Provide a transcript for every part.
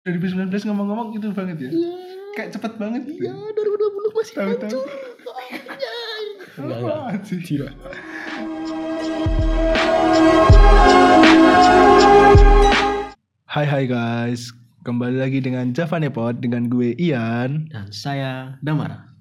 2019 ngomong-ngomong itu banget ya. Kayak cepet banget. Iya, 2020 masih hancur. Enggak. Tidak. Hai guys, kembali lagi dengan Javanepod dengan gue Ian Dan saya Damara.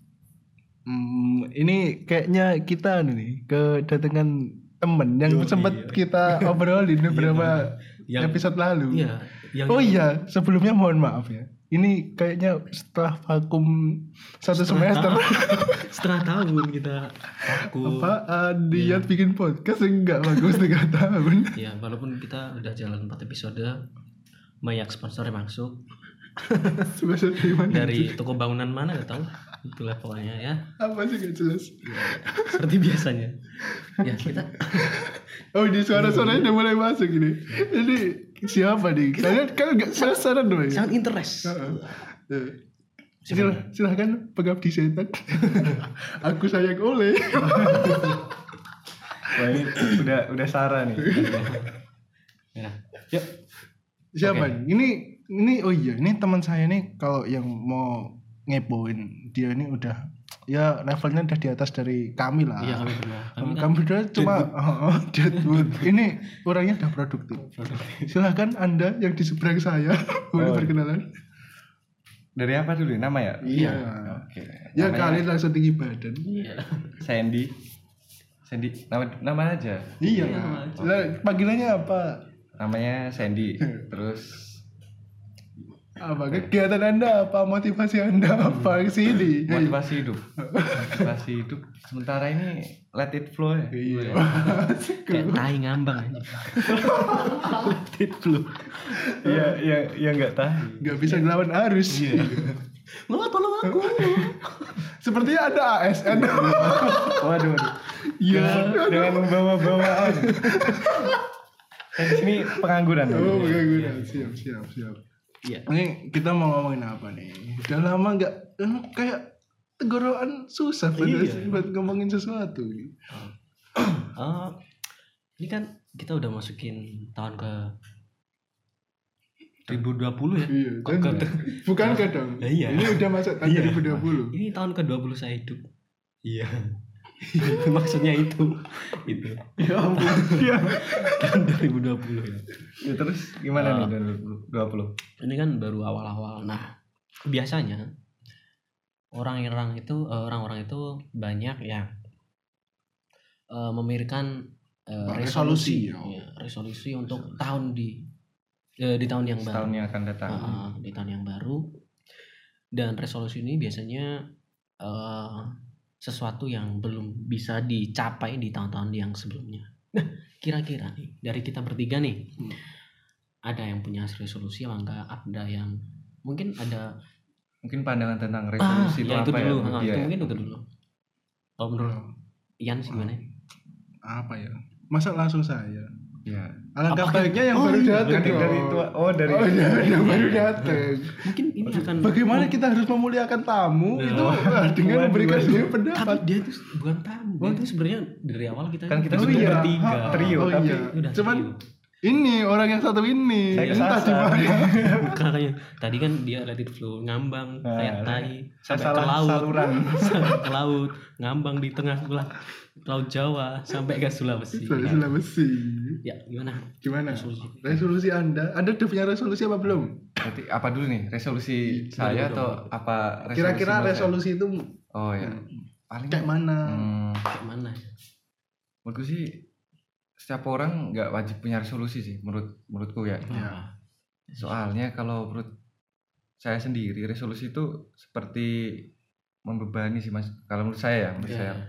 Ini kayaknya kita nih kedatangan temen yang sempat kita obrolin beberapa episode lalu. Iya. Iya, sebelumnya mohon maaf ya. Ini kayaknya setelah vakum satu semester. Setengah tahun kita vakum. Apaan dia bikin podcast enggak bagus 3 tahun. Ya, walaupun kita udah jalan 4 episode, banyak sponsornya masuk. Sponsor dari mana? Dari toko bangunan mana gak tahu. Itulah pokoknya ya. Apa sih gak jelas? Ya, seperti biasanya. Ya, kita Oh, di suara-suaranya udah mulai masuk ini. Jadi siapa nih? Kalian gak penasaran dong ya? sangat interest. Silahkan pengabdi setan. Aku sayang oleh. Wah, ini udah Sarah nih. Ya. Yuk. Siapa nih? Ini oh iya, ini teman saya nih kalau yang mau ngepoin dia ini udah ya levelnya udah di atas dari kami lah. Iya, kami berdua. Kami berdua cuma deadwood. Ini orangnya udah produktif. Silahkan Anda yang di seberang saya boleh perkenalan. Dari apa dulu? Nama ya? Iya. Oke. Ya Namanya kalian langsung tinggi badan. Iya. Sandy. Nama aja. Iya. Lah, panggilannya apa? Namanya Sandy. Terus Apa kegiatan Anda? Apa motivasi Anda? Apa kesini? motivasi hidup. Motivasi hidup. Sementara ini let it flow ya. Iya. Kayak tai ngambang aja. Let it flow. Iya enggak tahu. Gak bisa ngelawan arus. Iya. Mama tolong aku. Sepertinya ada ASN. Waduh. Iya. Dengan membawa-bawaan. Kan di sini pengangguran. Oh, pengangguran. Siap. Iya. Ini kita mau ngomongin apa nih? Udah lama nggak kayak tenggorokan susah buat ngomongin sesuatu. Ini kan kita udah masukin tahun ke 2020 ya. Iya. Bukan kadang. Iya. Ini udah masuk tahun 2020. Ini tahun ke-20 saya hidup. Iya. Maksudnya itu. Ya ampun. Iya. Tahun 2020 ya. Ya, terus gimana nih 2020? Ini kan baru awal-awal. Nah, biasanya orang-orang itu banyak yang memikirkan resolusi. Ya, resolusi untuk tahun di tahun yang baru. Tahun yang akan datang. Di tahun yang baru. Dan resolusi ini biasanya sesuatu yang belum bisa dicapai di tahun-tahun yang sebelumnya. Nah, kira-kira nih dari kita bertiga nih, ada yang punya resolusi apa enggak? Ada yang mungkin pandangan tentang resolusi itu ya, apa itu dulu. ya? Itu mungkin itu dulu. Kalau menurut Ian sih gimana? Apa ya? Masa langsung saya? Ya. Alangkah baiknya yang baru datang dari yang baru datang. Mungkin ini akan Bagaimana kita harus memuliakan tamu itu dengan memberikan dia pendapat. tapi dia itu bukan tamu. Dia itu sebenarnya dari awal kita Kan kita sudah bertiga. Trio, tapi Udah cuman trio. ini orang yang satu ini Saya entah di kesasar. mana. Makanya tadi kan dia let it flow ngambang kayak tai sampai ke salah laut. saluran. Sampai ke laut, ngambang di tengah laut Jawa sampai ke Sulawesi. Sulawesi. Ya, gimana? Resolusi Anda udah punya resolusi apa belum? Berarti apa dulu nih? Resolusi saya atau apa resolusi? Kira-kira resolusi itu Oh ya. Paling kayak mana? Kayak mana? Menurutku sih setiap orang nggak wajib punya resolusi sih menurutku ya. Ya. Soalnya kalau menurut saya sendiri resolusi itu seperti membebani sih Mas. Kalau menurut saya saya.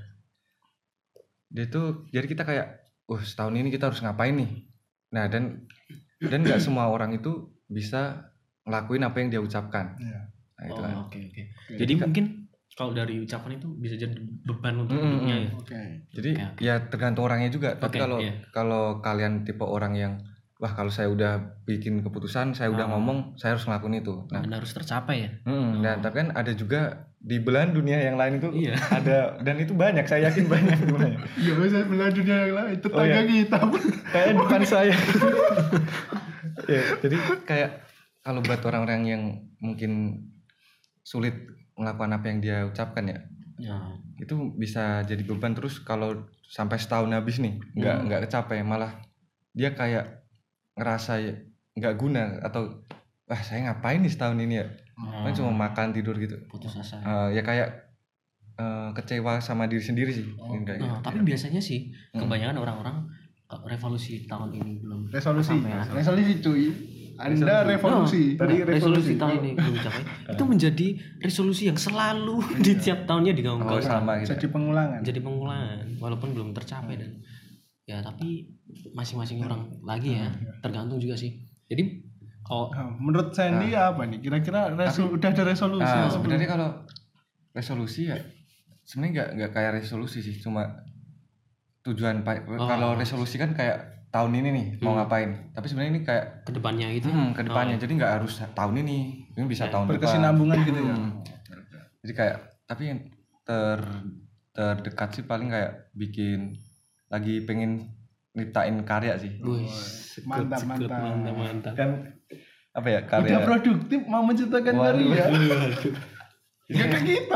Dia tuh jadi kita kayak setahun ini kita harus ngapain nih. Nah, dan nggak semua orang itu bisa ngelakuin apa yang dia ucapkan. Ya. Nah, itu kan. Oke. Jadi mungkin kalau dari ucapan itu bisa jadi beban untuk hidupnya ya. Oke. Jadi ya tergantung orangnya juga. Tapi kalau kalian tipe orang yang wah kalau saya udah bikin keputusan, saya udah ngomong, saya harus ngelakuin itu. Nah, harus tercapai ya. Nah, tapi kan ada juga di belahan dunia yang lain itu ada, dan itu banyak, saya yakin banyak sebenarnya. Gak usah belahan dunia yang lain, tetangga kita. Kayak depan saya. Ya, jadi kayak kalau buat orang-orang yang mungkin sulit melakukan apa yang dia ucapkan ya, itu bisa jadi beban terus kalau sampai setahun habis nih nggak kecapai, malah dia kayak ngerasa nggak guna atau wah saya ngapain nih setahun ini ya, kan cuma makan tidur gitu, putus asa. Ya kayak kecewa sama diri sendiri sih. Kayak gitu. Tapi biasanya sih kebanyakan orang-orang revolusi tahun ini belum Resolusi cuy. Anda revolusi tahun ini belum capai. Itu menjadi resolusi yang selalu di tiap tahunnya digaungkan. Sama gitu. Jadi pengulangan walaupun belum tercapai dan ya tapi masing-masing orang lagi ya, tergantung juga sih. Jadi menurut Sandy apa nih? Kira-kira udah ada resolusi? Sebenarnya kalau resolusi ya sebenarnya nggak kayak resolusi sih, cuma tujuan. Kalau resolusi kan kayak tahun ini nih mau ngapain, tapi sebenarnya ini kayak kedepannya gitu. Kedepannya, jadi nggak harus tahun ini bisa tahun depan. Berkesinambungan gitu ya. Jadi kayak tapi yang terdekat sih paling kayak bikin lagi pengen nyiptain karya sih. Mantap. Kan apa ya, karya. Udah produktif mau menciptakan karya. Ya kayak gitu.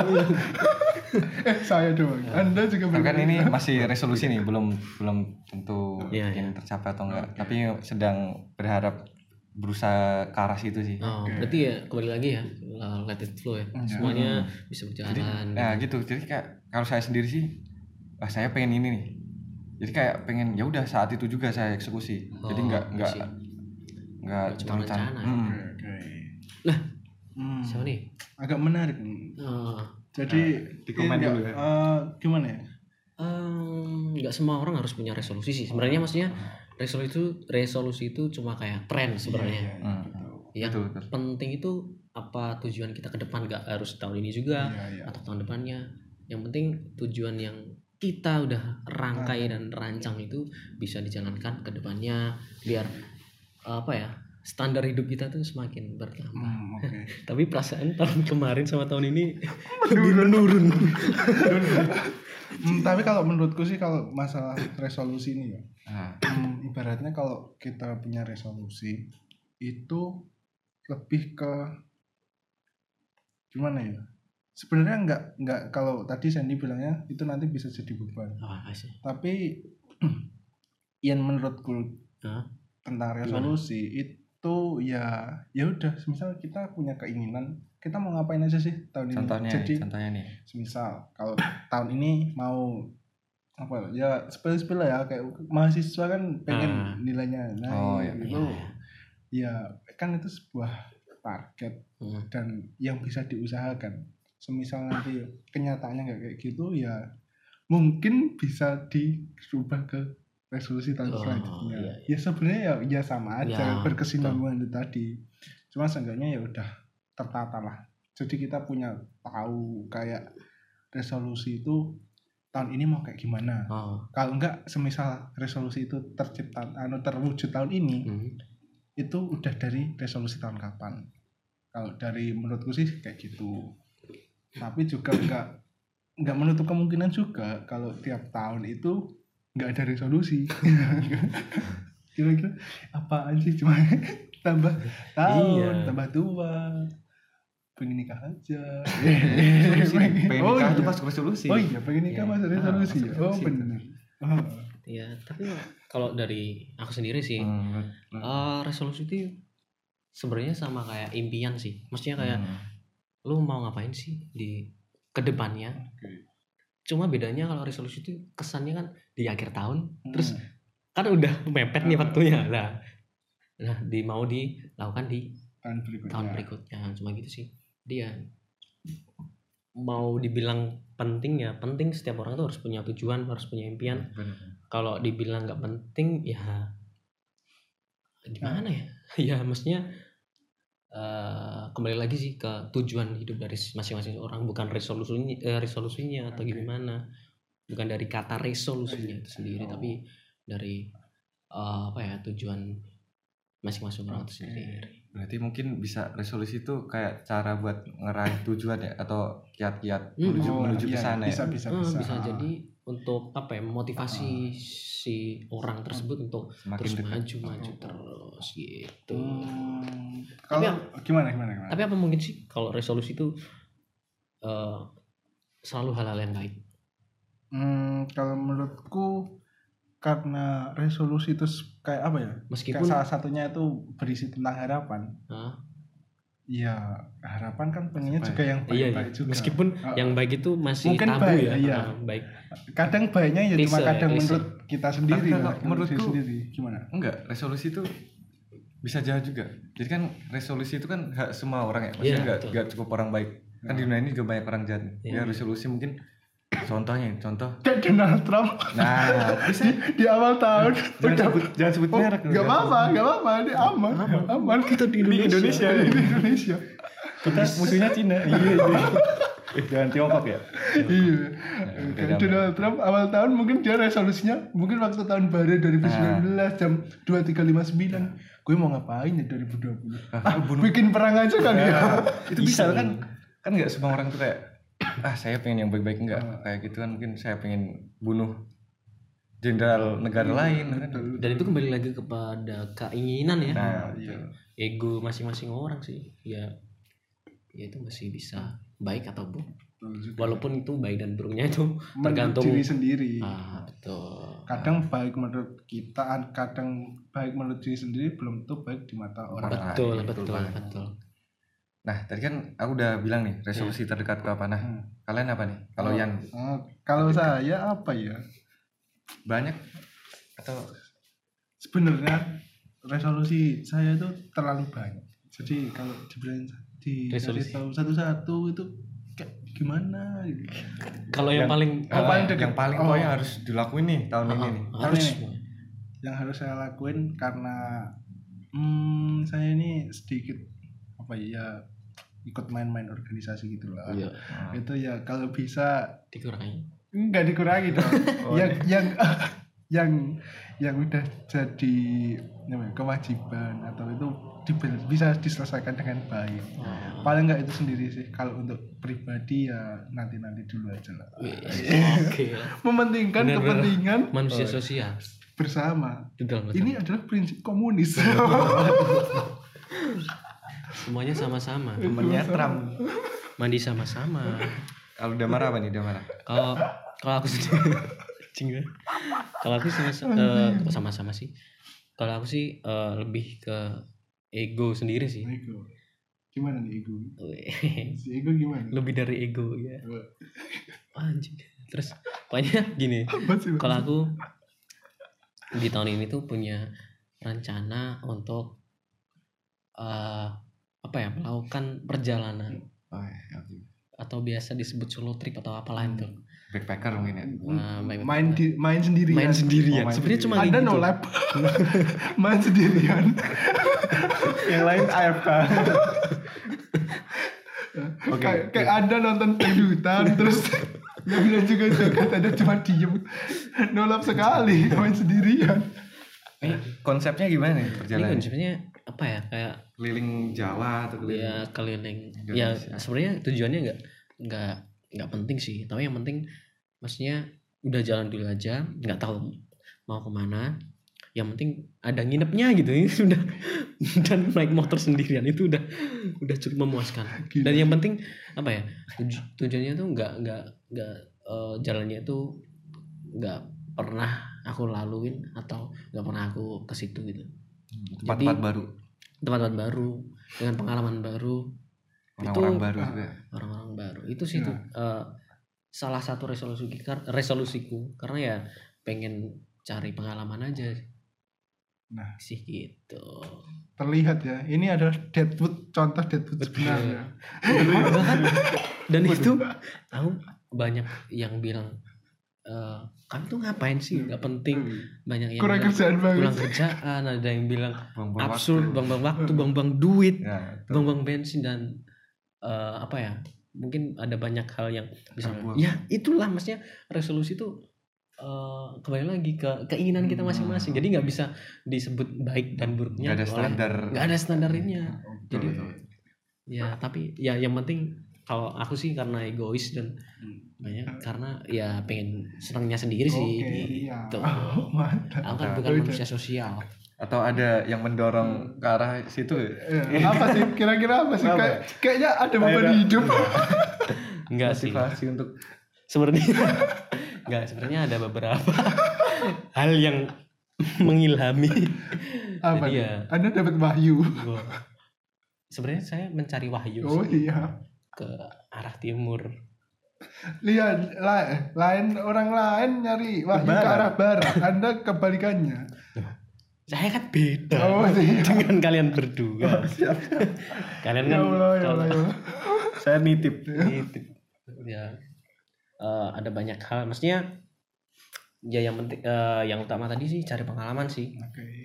Saya doang. Anda juga kan ini masih resolusi nih, belum tentu yang tercapai atau enggak. Tapi sedang berharap berusaha ke arah situ sih. Berarti ya kembali lagi ya, let it flow ya. Semuanya bisa berjalan. Gitu. Jadi kayak kalau saya sendiri sih, saya pengen ini nih. Jadi kayak pengen ya udah saat itu juga saya eksekusi. Jadi enggak cuma rencana. Lah, siapa nih? Agak menarik. Jadi di komen dulu ya. Gimana ya? Nggak semua orang harus punya resolusi sih. Sebenarnya maksudnya resolusi itu cuma kayak tren sebenarnya. Yang penting itu apa tujuan kita ke depan, nggak harus tahun ini juga atau tahun depannya. Yang penting tujuan yang kita udah rangkai dan rancang itu bisa dijalankan ke depannya biar standar hidup kita tuh semakin bertambah. Tapi perasaan tahun kemarin sama tahun ini menurun. Tapi kalau menurutku sih kalau masalah resolusi ini ya, ibaratnya kalau kita punya resolusi itu lebih ke gimana ya? Sebenarnya nggak kalau tadi Sandy bilangnya itu nanti bisa jadi beban. Tapi yang menurutku tentang resolusi itu ya udah, misal kita punya keinginan, kita mau ngapain aja sih tahun ini. Contohnya nih. Misal kalau tahun ini mau apa ya, sepele ya, kayak mahasiswa kan pengen nilainya naik ya kan itu sebuah target dan yang bisa diusahakan. Semisal nanti kenyataannya nggak kayak gitu ya mungkin bisa dirubah ke resolusi tahun selanjutnya. Ya sebenarnya ya sama aja, berkesinambungan itu tadi. Cuma seenggaknya ya udah tertata lah. Jadi kita punya tahu kayak resolusi itu tahun ini mau kayak gimana. Kalau enggak semisal resolusi itu terwujud tahun ini, itu udah dari resolusi tahun kapan. Kalau dari menurutku sih kayak gitu. Tapi juga enggak menutup kemungkinan juga kalau tiap tahun itu enggak ada resolusi. Kira-kira apaan sih, cuma tambah tahun, tambah tua. Pengen nikah aja. Pengen nikah itu pas resolusi. Oh iya, pengen nikah pas resolusi. Benar. Ya, tapi kalau dari aku sendiri sih, resolusi itu sebenarnya sama kayak impian sih. Maksudnya kayak lu mau ngapain sih di kedepannya? Cuma bedanya kalau resolusi itu kesannya kan di akhir tahun, terus kan udah mepet nih waktunya. Nah, mau dilakukan di tahun berikutnya. Cuma gitu sih. Dia mau dibilang penting ya penting, setiap orang tuh harus punya tujuan, harus punya impian. Kalau dibilang nggak penting ya gimana ya? Ya maksudnya kembali lagi sih ke tujuan hidup dari masing-masing orang, bukan resolusinya atau gimana, bukan dari kata resolusinya itu sendiri, tapi dari tujuan masing-masing orang itu sendiri. Berarti mungkin bisa resolusi itu kayak cara buat ngeraih tujuan ya, atau kiat-kiat menuju ke sana ya. Bisa. Bisa jadi untuk apa ya, memotivasi si orang tersebut untuk terus maju terus gitu. Kalau gimana? Tapi apa mungkin sih kalau resolusi itu selalu hal-hal yang baik? Kalau menurutku karena resolusi itu kayak apa ya? Meskipun salah satunya itu berisi tentang harapan. Ya harapan kan pengennya juga yang baik-baik juga. Meskipun yang baik itu masih mungkin tabu baik, ya. Iya. Baik. Kadang baiknya ya cuma kadang menurut kita sendiri. Menurutku sendiri gimana? Enggak, resolusi itu bisa jahat juga. Jadi kan resolusi itu kan hak semua orang ya. Maksudnya enggak cukup orang baik. Kan di dunia ini juga banyak orang jahat. Ya resolusi mungkin contoh kayak Donald Trump. Nah, bisa di awal tahun jangan sebut merek. Enggak apa-apa, ini aman. Kita di Indonesia. Kita musuhnya Cina. Iya. Jangan Tiongkok ya. Iya. Donald Trump awal tahun mungkin dia resolusinya mungkin waktu tahun baru 2019 jam 23.59. Gue mau ngapain ya 2020? Bikin perang aja kan ya. Itu bisa kan enggak semua orang tuh kayak saya pengen yang baik-baik, enggak kayak gitu kan. Mungkin saya pengen bunuh jenderal negara lain kan. Dan itu kembali lagi kepada keinginan ya. Iya. Ego masing-masing orang sih. Ya itu masih bisa baik atau buruk. Walaupun itu baik dan buruknya itu tergantung diri sendiri. Betul. Kadang baik menurut kita, kadang baik menurut diri sendiri belum tentu baik di mata orang. Betul. Nah, tadi kan aku udah bilang nih resolusi terdekatku apa. Nah, kalian apa nih? Kalau kalau saya apa ya? Banyak atau sebenarnya resolusi saya itu terlalu banyak. Jadi kalau dibilang tahu satu-satu itu kayak gimana gitu. Kalau yang paling pokoknya harus dilakuin nih tahun ini nih. Yang harus saya lakuin karena saya ini sedikit apa ya, ikut main-main organisasi gitu lah. Iya. Itu ya kalau bisa dikurangi. Enggak dikurangi dong. yang udah jadi kewajiban atau itu bisa diselesaikan dengan baik. Paling enggak itu sendiri sih. Kalau untuk pribadi ya nanti dulu aja lah. Oke. Mementingkan kepentingan manusia sosial bersama. Betul. Ini adalah prinsip komunis. Semuanya sama-sama. Temennya Trump. Mandi sama-sama. Kalau udah marah apa nih? Udah marah. Kalau aku sendiri, kalau aku sama-sama sih. Kalau aku sih lebih ke ego sendiri sih. Ego. Gimana nih ego? Si ego gimana? Lebih dari ego ya. Anjing. Terus pokoknya gini. Kalau aku di tahun ini tuh punya rencana untuk melakukan perjalanan atau biasa disebut solo trip atau apalah itu. Backpacker mungkin ya. Main sendirian. Sebenarnya cuma ada gitu. No lab. Main sendirian. Yang lain AFK. Kayak ada nonton dangdutan terus nggak bilang juga ada cuma diem. No lab sekali main sendirian. Konsepnya gimana nih perjalanan? Ini konsepnya apa ya, kayak keliling Jawa atau keliling? Ya keliling. Ya sebenarnya tujuannya nggak penting sih, tapi yang penting maksudnya udah jalan dulu aja, nggak tahu mau kemana. Yang penting ada nginepnya gitu ya sudah. Dan naik motor sendirian itu udah cukup memuaskan. Dan yang penting apa ya, tujuannya tuh nggak jalannya tuh nggak pernah aku laluin atau nggak pernah aku ke situ gitu. Tempat-tempat baru dengan pengalaman baru, orang-orang baru juga. Orang-orang baru itu sih tuh salah satu resolusiku karena ya pengen cari pengalaman aja. Nah sih gitu. Terlihat ya, ini adalah contoh Deadwood sebenarnya. Dan itu tahu banyak yang bilang kamu tuh ngapain sih, nggak penting. Banyak yang kurang kerjaan banget, kurang kerjaan, ada yang bilang absurd, buang waktu, buang duit, buang bensin dan mungkin ada banyak hal yang bisa ya itulah maksudnya resolusi itu kembali lagi ke keinginan kita masing-masing. Jadi nggak bisa disebut baik dan buruknya, nggak ada standar, nggak ada standarnya. Jadi ya tapi ya yang penting Kalau aku sih karena egois dan banyak karena ya pengen senangnya sendiri sih gitu. Aku kan bukan manusia sosial. Atau ada yang mendorong ke arah situ? Apa sih? Kira-kira apa sih? Kayaknya ada beban hidup. Enggak sih. Motivasi untuk sebenarnya ada beberapa hal yang mengilhami. Apa? Jadi ya, Anda dapat wahyu. Sebenarnya saya mencari wahyu ke arah timur. Lihat, lain orang lain nyari wahyu ke arah barat. Anda kebalikannya. Saya kan beda dengan kalian berdua. Kalian kan saya nitip. Ya, ada banyak hal. Maksudnya ya yang penting, yang utama tadi sih cari pengalaman sih.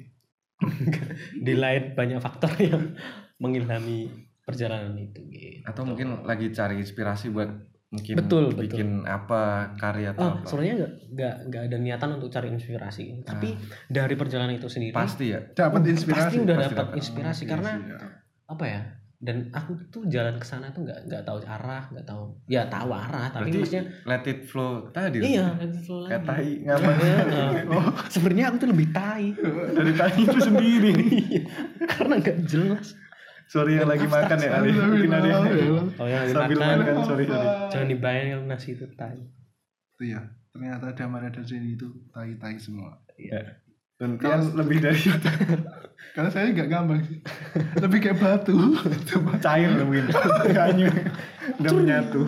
Di lain banyak faktor yang mengilhami perjalanan itu gitu. Atau mungkin lagi cari inspirasi buat mungkin bikin apa karya atau apa. Sebenarnya nggak ada niatan untuk cari inspirasi, tapi dari perjalanan itu sendiri pasti ya dapat inspirasi. Pasti udah dapat inspirasi karena apa ya? Dan aku tuh jalan ke sana tuh nggak tahu arah, nggak tahu. Ya tahu arah, tapi maksudnya let it flow tadi. Iya, let it flow. Kayak tai ngapain? Sebenarnya aku tuh lebih tai dari tai itu sendiri. Karena nggak jelas. Sorry yang lagi makan ya Ali. Mungkin ada yang sambil makan. Sorry. Jangan dibayangin kalau nasi itu tai. Itu ya. Ternyata damar dan sini itu tai semua. Iya. Dan kan lebih dari itu. Karena saya nggak ngambang sih. Lebih kayak batu. Cair mungkin. Kayaknya udah menyatu.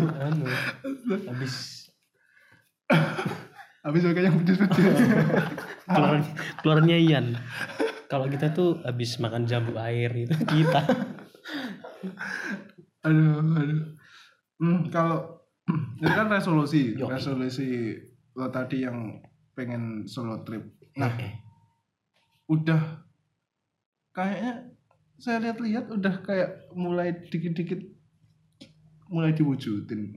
Habis makan yang pedes-pedes. Keluarnya Ian. Kalau kita tuh habis makan jambu air itu kita. Aduh. Kalau ini kan resolusi lo tadi yang pengen solo trip. Nah, udah kayaknya saya lihat udah kayak mulai dikit-dikit mulai diwujudin.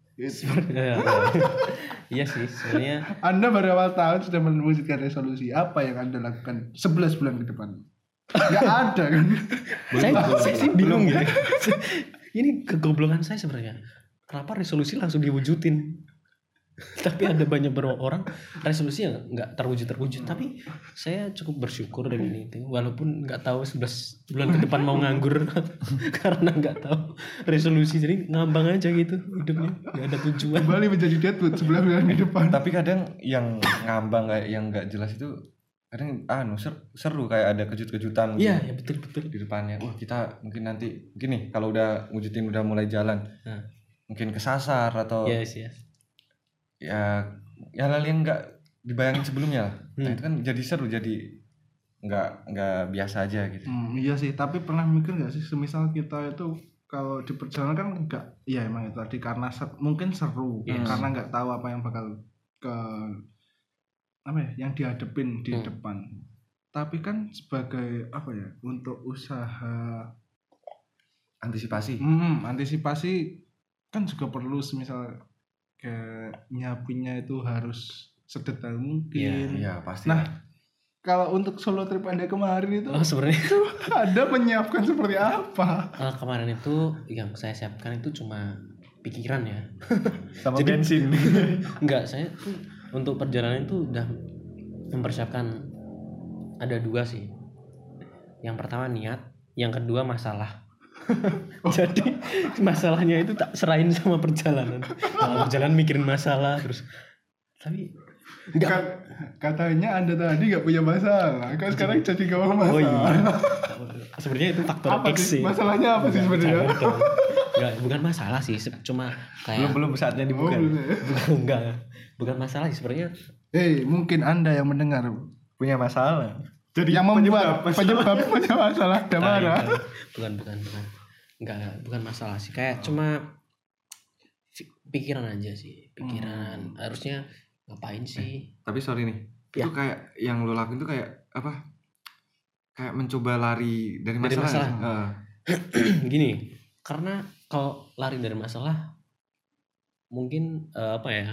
Iya sih sebenarnya. Anda baru awal tahun sudah mewujudkan resolusi. Apa yang Anda lakukan 11 bulan ke depan? Gak ada kan? Saya sih bingung ya. Ini kegoblokan saya sebenarnya. Kenapa resolusi langsung diwujudin? Tapi ada banyak orang resolusi yang nggak terwujud. Tapi saya cukup bersyukur dengan itu. Walaupun nggak tahu 11 bulan ke depan mau nganggur karena nggak tahu resolusi, jadi ngambang aja gitu hidupnya, nggak ada tujuan. Kembali menjadi Deadwood 11 bulan ke depan. Tapi kadang yang ngambang kayak yang nggak jelas itu kadang seru kayak ada kejut-kejutan. Iya ya betul di depannya. Wah kita mungkin nanti nih kalau udah wujudin udah mulai jalan, mungkin kesasar atau yes. ya hal yang nggak dibayangin sebelumnya lah. Nah itu kan jadi seru, jadi nggak biasa aja gitu. Iya sih, tapi pernah mikir nggak sih semisal kita itu kalau di perjalanan kan nggak, ya emang itu tadi karena mungkin seru karena nggak tahu apa yang bakal yang dihadepin di depan. Tapi kan sebagai apa ya, untuk usaha antisipasi kan juga perlu semisal kayak nyiapinnya itu harus sedetail mungkin. Iya pasti. Nah, kalau untuk solo trip Anda kemarin itu sebenarnya Anda menyiapkan seperti apa? Kemarin itu yang saya siapkan itu cuma pikiran ya. Sama bensin. Enggak, saya tuh untuk perjalanan itu udah mempersiapkan ada 2 sih. Yang pertama niat, yang kedua masalah. Jadi masalahnya itu tak serahin sama perjalanan. Kalau perjalanan mikirin masalah terus. Tapi enggak, katanya Anda tadi enggak punya masalah. Kan sekarang jadi enggak mau masalah. Oh iya. Sebenarnya itu faktor X sih. Masalahnya apa sih sebenarnya? Enggak, bukan masalah sih, cuma kayak belum saatnya dibuka. Bukan masalah sih sebenarnya. Mungkin Anda yang mendengar punya masalah. Jadi yang membuat penyebab punya masalah marah. Bukan masalah sih, kayak cuma pikiran aja sih. Harusnya ngapain sih? Tapi sorry nih, itu kayak yang lo lakuin tuh kayak apa? Kayak mencoba lari dari masalah. Gini, karena kalau lari dari masalah mungkin apa ya?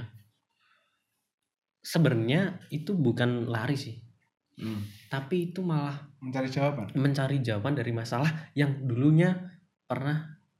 Sebenarnya itu bukan lari sih. Tapi itu malah mencari jawaban dari masalah yang dulunya pernah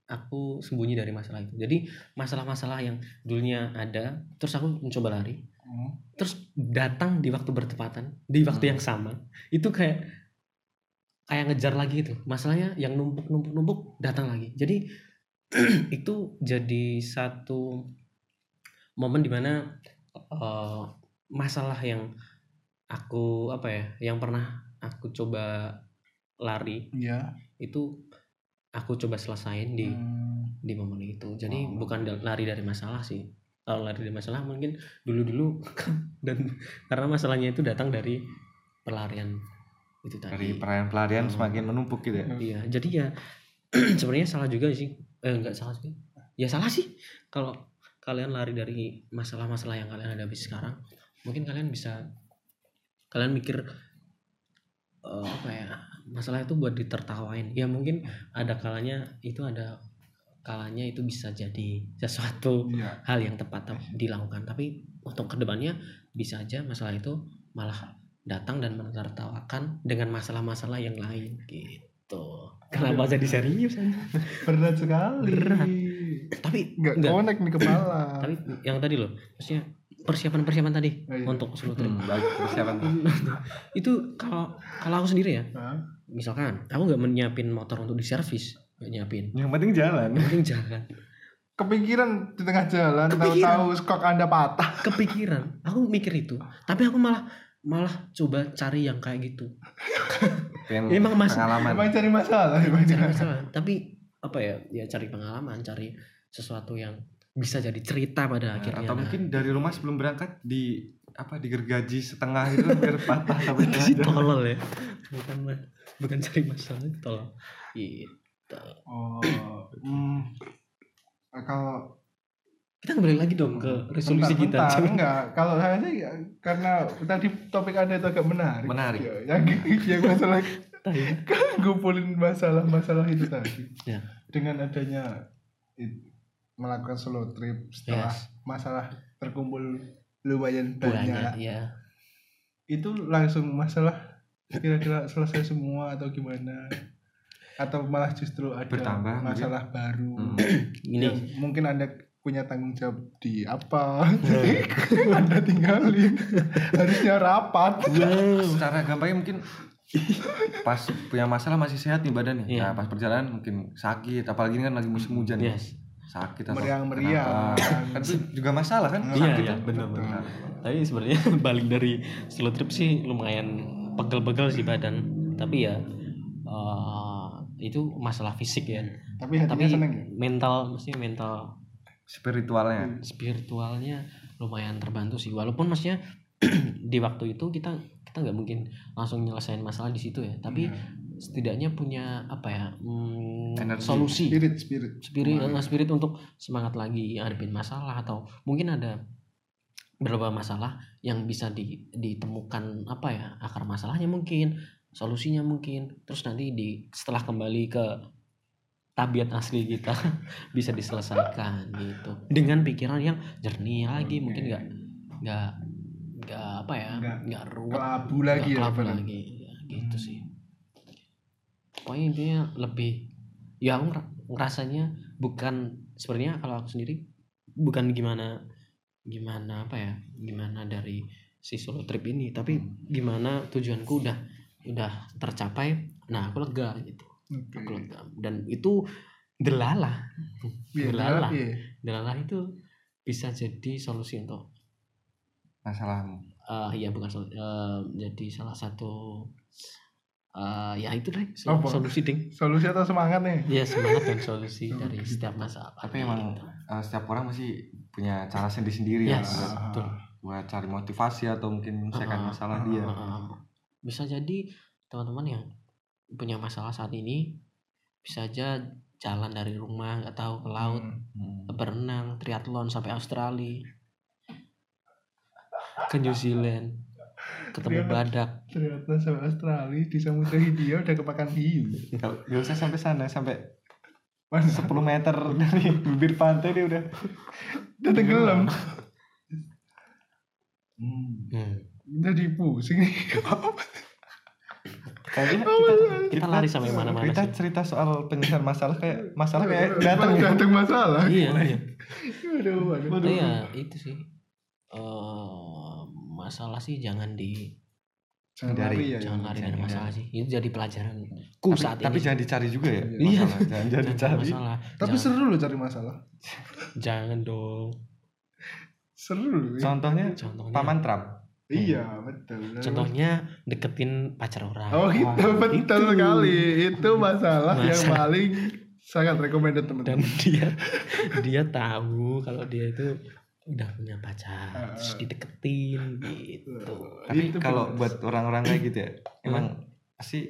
aku sembunyi dari masalah itu. Jadi masalah-masalah yang dulunya ada, terus aku mencoba lari, terus datang di waktu bertepatan, di waktu yang sama, itu kayak ngejar lagi itu. Masalahnya yang numpuk datang lagi. Jadi itu jadi satu momen dimana masalah yang aku yang pernah aku coba lari, itu aku coba selesain di momen itu. Jadi bukan lari dari masalah sih. Kalau lari dari masalah mungkin dulu dan karena masalahnya itu datang dari pelarian itu tadi. Dari pelarian semakin menumpuk gitu ya. Iya, jadi ya sebenarnya salah juga sih. Enggak salah sih. Ya salah sih kalau kalian lari dari masalah-masalah yang kalian hadapi sekarang. Mungkin kalian mikir masalah itu buat ditertawain. Ya mungkin ada kalanya itu bisa jadi sesuatu hal yang tepat dilakukan, tapi untuk kedepannya bisa aja masalah itu malah datang dan menertawakan dengan masalah-masalah yang lain gitu. Kenapa jadi serius? Berat sekali. Berat. Tapi nggak connect di kepala. Tapi yang tadi loh, maksudnya persiapan tadi untuk solo trip. Persiapan. Itu kalau aku sendiri ya, misalkan aku nggak menyiapin motor untuk diservis, nggak nyiapin. Yang penting jalan. Kepikiran di tengah jalan, tahu-tahu skok Anda patah. Kepikiran, aku mikir itu, tapi aku malah coba cari yang kayak gitu. Emang cari masalah. Tapi ya cari pengalaman, cari sesuatu yang bisa jadi cerita pada akhirnya. Atau mungkin dari rumah sebelum berangkat digergaji setengah itu biar patah sampai tengah. Tolol ya. Bukan cari masalah, tolol. Gitu. Kalau kita kembali lagi dong ke resolusi kita. Enggak, kalau saya sih karena tadi topik Anda itu agak menarik. Yang masalah ngumpulin masalah itu tadi. Ya. Dengan adanya melakukan solo trip setelah masalah terkumpul lumayan banyak. Ya. Itu langsung masalah kira-kira selesai semua atau gimana? Atau malah justru ada bertambah masalah baru. Ini mungkin Anda punya tanggung jawab di apa? Anda tinggalin. Harusnya rapat. Secara gampangnya mungkin pas punya masalah masih sehat nih badannya. Nah, pas perjalanan mungkin sakit, apalagi ini kan lagi musim hujan. Sakit atau meriang-meriang. Kan itu juga masalah kan? Iya, benar. Tapi sebenarnya balik dari solo trip sih lumayan pegel-pegel sih badan. Tapi ya itu masalah fisik ya. Tapi seneng ya? Mental spiritualnya lumayan terbantu sih, walaupun maksudnya di waktu itu kita nggak mungkin langsung nyelesain masalah di situ ya, tapi setidaknya punya solusi, spirit untuk semangat lagi ngadepin masalah, atau mungkin ada beberapa masalah yang bisa ditemukan akar masalahnya, mungkin solusinya mungkin, terus nanti setelah kembali ke tabiat asli kita bisa diselesaikan gitu dengan pikiran yang jernih lagi. Mungkin nggak ruwet, kelabu lagi ya, gitu sih. Pokoknya intinya lebih ya aku ngerasanya bukan, sebenarnya kalau aku sendiri bukan gimana dari si solo trip ini, tapi gimana tujuanku udah tercapai, nah aku lega gitu. Dan itu delalah itu bisa jadi solusi untuk masalahmu. Jadi salah satu ya itu deh solusi ding. Solusi atau semangat nih? Ya, semangat dan solusi dari setiap masalah. Tapi emang setiap orang masih punya cara sendiri-sendiri ya buat cari motivasi atau mungkin menyelesaikan masalah dia. Bisa jadi teman-teman yang punya masalah saat ini bisa aja jalan dari rumah, nggak tahu, ke laut, berenang, triathlon sampai Australia, ke New Zealand, ketemu badak. Triathlon sampai Australia, di Samudra Hindia udah kepakan hiu. Nggak usah sampai sana, sampai 10 meter dari bibir pantai dia udah tenggelam. Jadi pusing nih. Kayaknya kita lari sampai mana-mana kita sih. cerita soal penyelesaian masalah kayak datang masalah. Iya. Aduh. Iya, itu sih. Masalah sih jangan hindari. jangan lari dari masalah sih. Itu jadi pelajaran saat ini. Tapi jangan dicari juga ya. Iya. Jangan dicari. Masalah. Tapi seru loh cari masalah. Jangan dong. Seru loh. Contohnya Paman Trump. Iya, betul. Contohnya deketin pacar orang. Oh gitu, betul sekali. Itu masalah yang paling sangat recommended teman-teman. Dan dia tahu kalau dia itu udah punya pacar, terus dideketin gitu. Tapi kalau buat orang-orang kayak gitu ya, emang pasti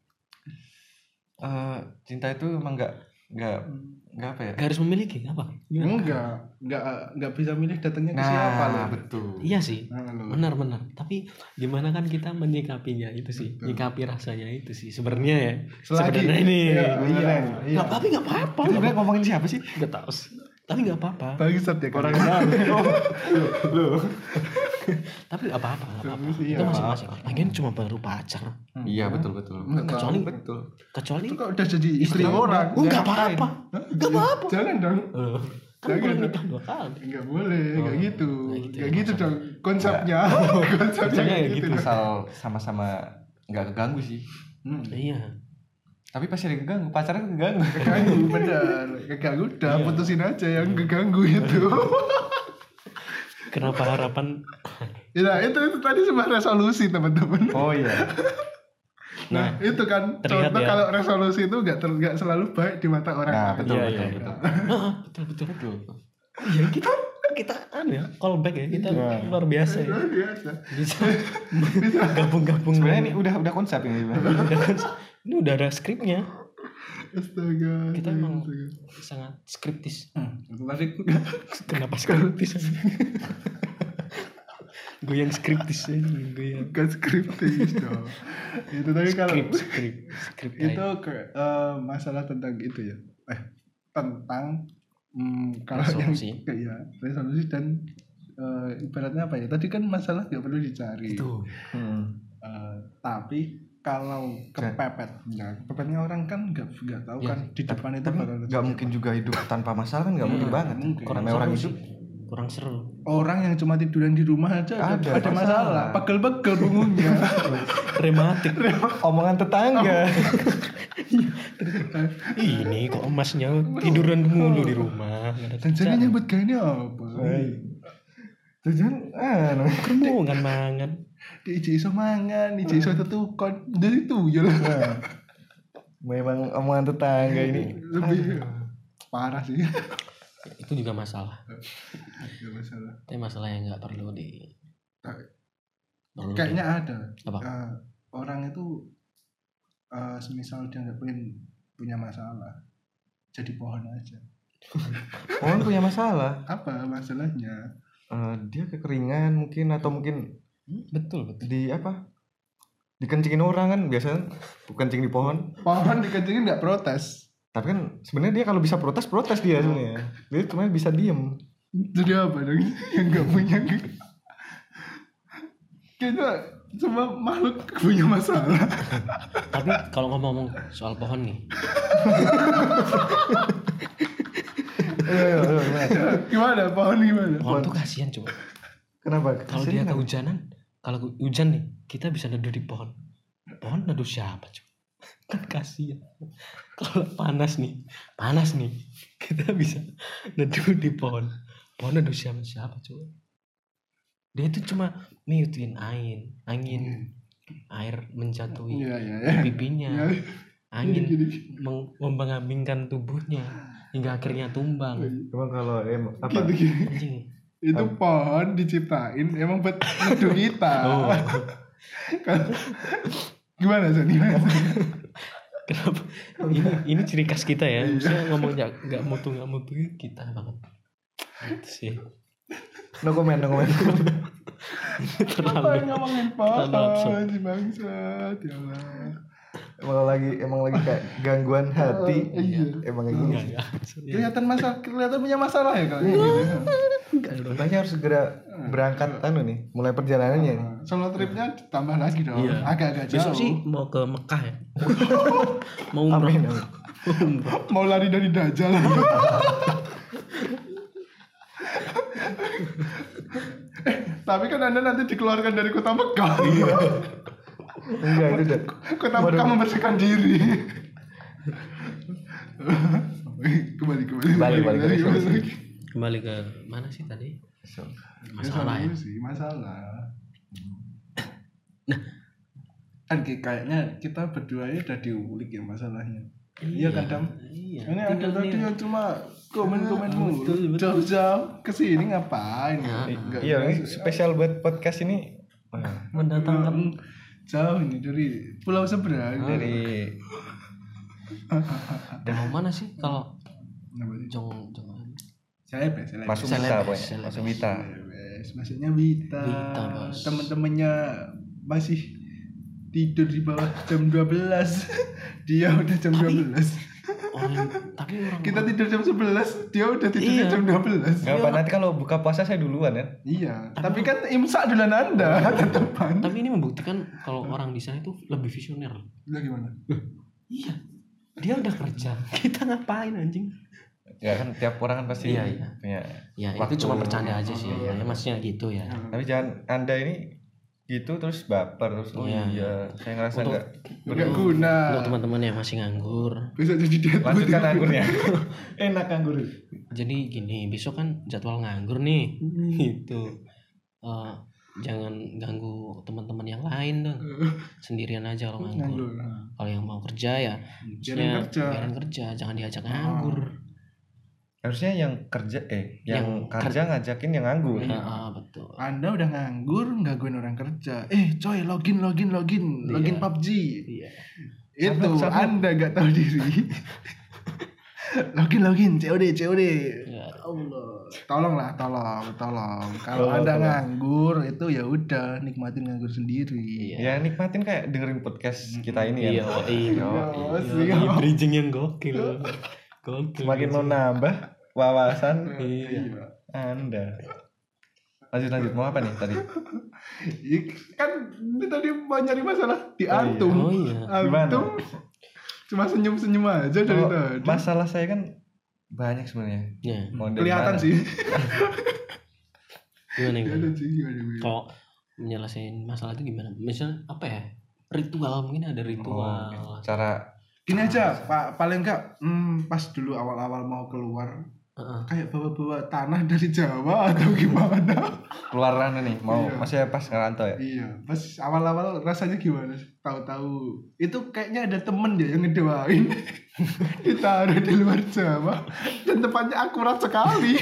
cinta itu emang nggak apa ya? Gak harus memiliki apa? Enggak bisa milih datangnya ke siapa loh. Betul. Iya sih, benar. Tapi gimana kan kita menyikapinya itu sih, nyikapi rasanya itu sih sebenarnya ya. Sebenarnya ini. Iya. Tapi nggak apa-apa. Kita ngomongin siapa sih? Nggak tahu sih. Tapi nggak apa-apa. Bangsat ya Orang dalam. Loh. Tapi nggak apa-apa. Iya. Itu masing-masing. Lagian cuma baru pacar. Iya betul. Kecuali itu kok udah jadi istri orang. Nggak apa-apa. Nggak apa-apa. Jangan dong. Kan boleh nikah 2 kali. Enggak boleh, enggak gitu. Nggak Enggak gitu dong konsepnya. Konsepnya kayak gitu. Asal sama-sama nggak keganggu sih. Iya. Tapi pasti ada yang keganggu, pacarnya keganggu. Keganggu benar. Keganggu udah putusin aja yang keganggu itu. Kenapa harapan? Ya itu tadi sebuah resolusi teman-teman. Oh iya. Nah itu kan contoh kalau resolusi itu nggak selalu baik di mata orang. Nah betul. Betul. Ya kita callback ya, kita luar biasa ya. Luar biasa. Bisa gabung-gabung. Sebenarnya ini udah konsep ini. Ini udah ada skripnya. Astaga. Kita emang sangat skriptis. Tadi Kenapa skriptis? Goyang skriptis ya, goyang. bukan skriptis dong. Itu tadi kalau Skrip itu masalah tentang itu ya. Tentang kalau resolusi. yang resolusi dan ibaratnya apa ya? Tadi kan masalah nggak perlu dicari. Itu. Tapi kalau kepepetnya orang kan nggak tahu kan di depan itu bakal nggak mungkin juga hidup tanpa masalah kan nggak mungkin banget. Kurang orang seru hidup kurang seru. Orang yang cuma tiduran di rumah aja ada masalah. Pegel-pegel punggungnya. Rematik. Omongan tetangga. Ini kok emasnya tiduran mulu di rumah. Jangan nyebut gini apa? Jangan kerungan mangan. Di iso mangan, iso tetukon. Jadi tuyul. Memang omongan tetangga ini lebih parah sih. Itu juga masalah. Gak masalah. Tapi masalah yang nggak perlu Kayaknya ada. Apa? Orang itu semisal dia nggak punya masalah, jadi pohon aja. Pohon punya masalah. Apa masalahnya? Dia kekeringan mungkin atau mungkin betul. Dikencingin orang kan biasanya kencing di pohon. Pohon dikencingin nggak protes. Tapi kan sebenarnya dia kalau bisa protes dia sebenarnya. Dia cuma bisa diem. Jadi apa dong yang nggak punya? Kita semua makhluk punya masalah. Tapi kalau ngomong soal pohon nih. Gimana pohon gimana? Pohon tuh kasihan coba. Kenapa? Kalau dia kehujanan, kalau hujan nih, kita bisa neduh di pohon. Pohon neduh siapa coba? Kan kasihan. Kalau panas nih, kita bisa neduh di pohon. Pohon neduh siapa coba? Dia itu cuma miyutin angin, air menjatuhi pipinya, angin membangkangkan tubuhnya hingga akhirnya tumbang. Emang kalau apa? Itu pohon diciptain emang buat neduh kita. Gimana sih? Kenapa? Ini ciri khas kita ya. Misalnya ngomong nggak mutu kita banget. Itu sih. No comment. Terlalu ngomongin pohon si bangsat ya Allah. emang lagi kayak gangguan hati. Emang kayak gini. Kelihatan punya masalah ya kalau gitu. Makanya harus segera berangkat mulai perjalanannya nih. Solo tripnya tambah lagi dong. Iya. Agak-agak jauh. Besok sih mau ke Mekah ya. Mau umrah. Amin. Mau lari dari Dajjal. Tapi kan Anda nanti dikeluarkan dari kota Mekah. Enggak, itu udah. Kota Mekah membersihkan diri. Kembali. Kembali ke mana sih tadi? Masalah ya. Masalah. Nah, kan kayaknya kita berdua ya udah diulik ya masalahnya. Iya kan, Dam? Iya. Ini ada tadi yang cuma komen-komen mulu. Jauh-jauh ke sini ngapain? Iya, ini spesial buat podcast ini. Mendatangkan jauh ini dari pulau seberang. Dari mau mana sih kalau jong saya masuk Wita. Maksudnya Wita. Bos. Temen-temennya masih tidur di bawah jam 12. Dia udah jam 12. Tapi orang Kita tidur jam 11, dia udah tidur jam 12. Enggak apa, nanti kalau buka puasa saya duluan ya. Iya, tapi kan imsak duluan Anda tetepan. Tapi ini membuktikan kalau orang di sana itu lebih visioner. Lah gimana? Iya. Dia udah kerja. Kita ngapain anjing? Ya kan tiap orang kan pasti punya. Ya, itu cuma bercanda aja sih. Ya, maksudnya gitu ya. Tapi jangan Anda ini gitu terus baper terus saya ngerasa enggak guna. Untuk teman-teman yang masih nganggur, Bisa jadi dia. Lanjutkan nganggurnya. Enak nganggur. Jadi gini, besok kan jadwal nganggur nih. Gitu. Jangan ganggu teman-teman yang lain dong. Sendirian aja kalau nganggur. Kalau yang mau kerja ya biarin kerja, jangan diajak nganggur. Harusnya yang kerja kerja ngajakin yang nganggur. Betul. Anda udah nganggur, gangguin orang kerja. Coy, login PUBG. Iya. Itu Anda gak tahu diri. login COD. Ya Allah. Tolong. Kalau Anda nganggur itu ya udah nikmatin nganggur sendiri. Ya nikmatin kayak dengerin podcast kita ini ya. Iya. Bridging yang gokil. Semakin mau nambah wawasan Anda. Lanjut mau apa nih tadi? Kan ini tadi mau nyari masalah di antum. Antum cuma senyum aja dari tadi. Masalah saya kan banyak sebenarnya. Ya. Kelihatan sih. Gimana? Kalau menyelesaikan masalah itu gimana? Misal apa ya? Ritual, mungkin ada ritual. Cara gini aja, Pak, paling enggak pas dulu awal-awal mau keluar kayak bawa-bawa tanah dari Jawa atau gimana? Keluaran nih, masih pas ngerantau ya? Iya, pas awal-awal rasanya gimana? Tahu-tahu itu kayaknya ada temen dia yang ngedoain ditaruh di luar Jawa dan tempatnya akurat sekali.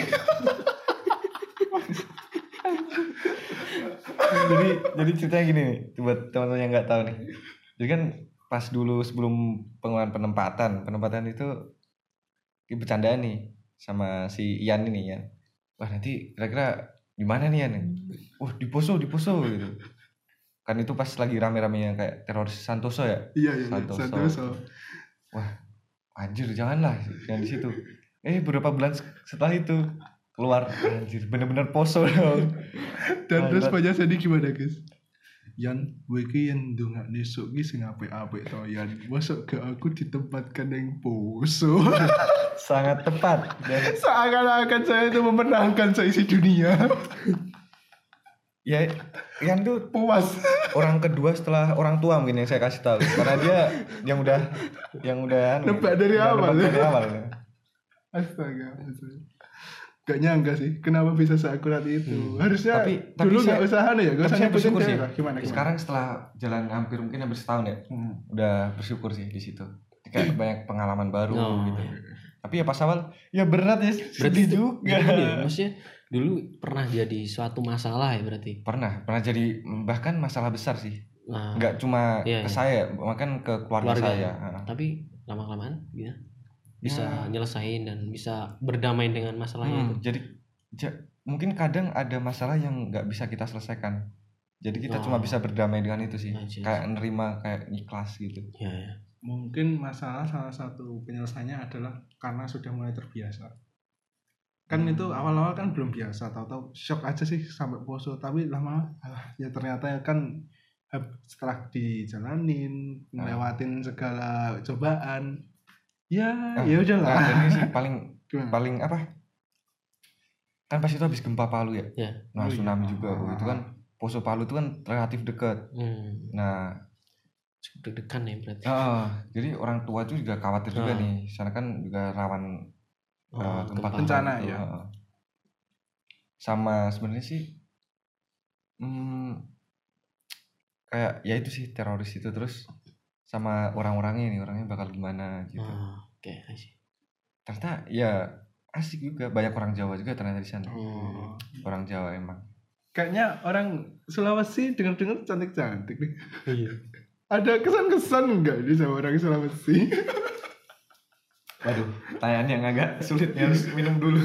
jadi ceritanya gini nih, buat teman-teman yang nggak tahu nih. Jadi kan pas dulu sebelum pengeluaran penempatan itu bercandaan nih sama si Ian ini ya. Wah nanti kira-kira di mana nih Ian? Wah di Poso gitu. Kan itu pas lagi rame-ramenya kayak teroris Santoso ya. Iya Santoso. Wah anjir janganlah yang di situ. Beberapa bulan setelah itu keluar anjir bener-bener Poso dong. Dan terus banyak sedih gimana guys? Yan, weki yang dongak nesuk ki sing apik-apik to Yan. Masuk ke aku ditempatkan yang Poso. Sangat tepat dan seakan-akan saya itu memenangkan seisi dunia. Ya, Yan tuh puas. Orang kedua setelah orang tua mungkin yang saya kasih tahu. Karena dia yang udah nebak dari awal. Astaga. Gak nyangka sih, kenapa bisa seakurat itu. Harusnya dulu gak usah ya, gak usah bersyukur sih. Gimana? Sekarang setelah jalan hampir setahun ya, udah bersyukur sih di situ. Kayak banyak pengalaman baru gitu. Tapi ya pas awal, ya berat ya. Berarti juga. Maksudnya dulu pernah jadi suatu masalah ya berarti? Pernah jadi bahkan masalah besar sih. Gak cuma ke saya, bahkan ke keluarga saya. Tapi lama-kelamaan gitu. Bisa nyelesain dan bisa berdamai dengan masalahnya itu. Jadi mungkin kadang ada masalah yang nggak bisa kita selesaikan. Jadi kita cuma bisa berdamai dengan itu sih. Kayak nerima, kayak ikhlas gitu. Iya. mungkin salah satu penyelesaiannya adalah karena sudah mulai terbiasa. Kan itu awal-awal kan belum biasa, tahu-tahu shock aja sih sampai poso, tapi lama ya ternyata kan setelah dijalanin, ngelewatin segala cobaan, ya udahlah. Nah, ini sih paling apa? Kan pas itu habis gempa Palu ya. Nah, tsunami juga. Itu kan Poso Palu itu kan relatif dekat. Nah, deg-degan ya berarti. Jadi orang tua itu juga khawatir juga nih. Sana kan juga rawan gempa bencana ya. Sama sebenarnya sih kayak ya itu sih teroris itu, terus sama orang-orangnya nih, orangnya bakal gimana gitu. Oke, sih. Ternyata ya asik juga, banyak orang Jawa juga ternyata di sana. Orang Jawa emang. Kayaknya orang Sulawesi dengar-dengar cantik-cantik nih. Iya. Ada kesan-kesan enggak ini sama orang Sulawesi? Waduh, tanyaan yang agak sulit nih, harus minum dulu.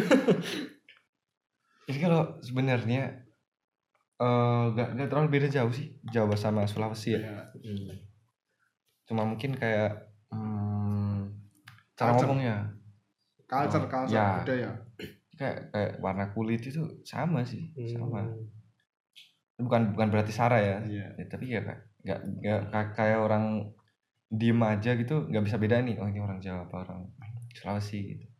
Jadi kalau sebenarnya nggak terlalu beda jauh sih Jawa sama Sulawesi ya. Cuma mungkin kayak cara ngomongnya, culture ya, budaya. Kayak warna kulit itu sama sih, sama. Bukan berarti sara ya, tapi ya nggak kayak orang diem aja gitu, nggak bisa beda nih, oh ini orang Jawa apa orang Sulawesi gitu.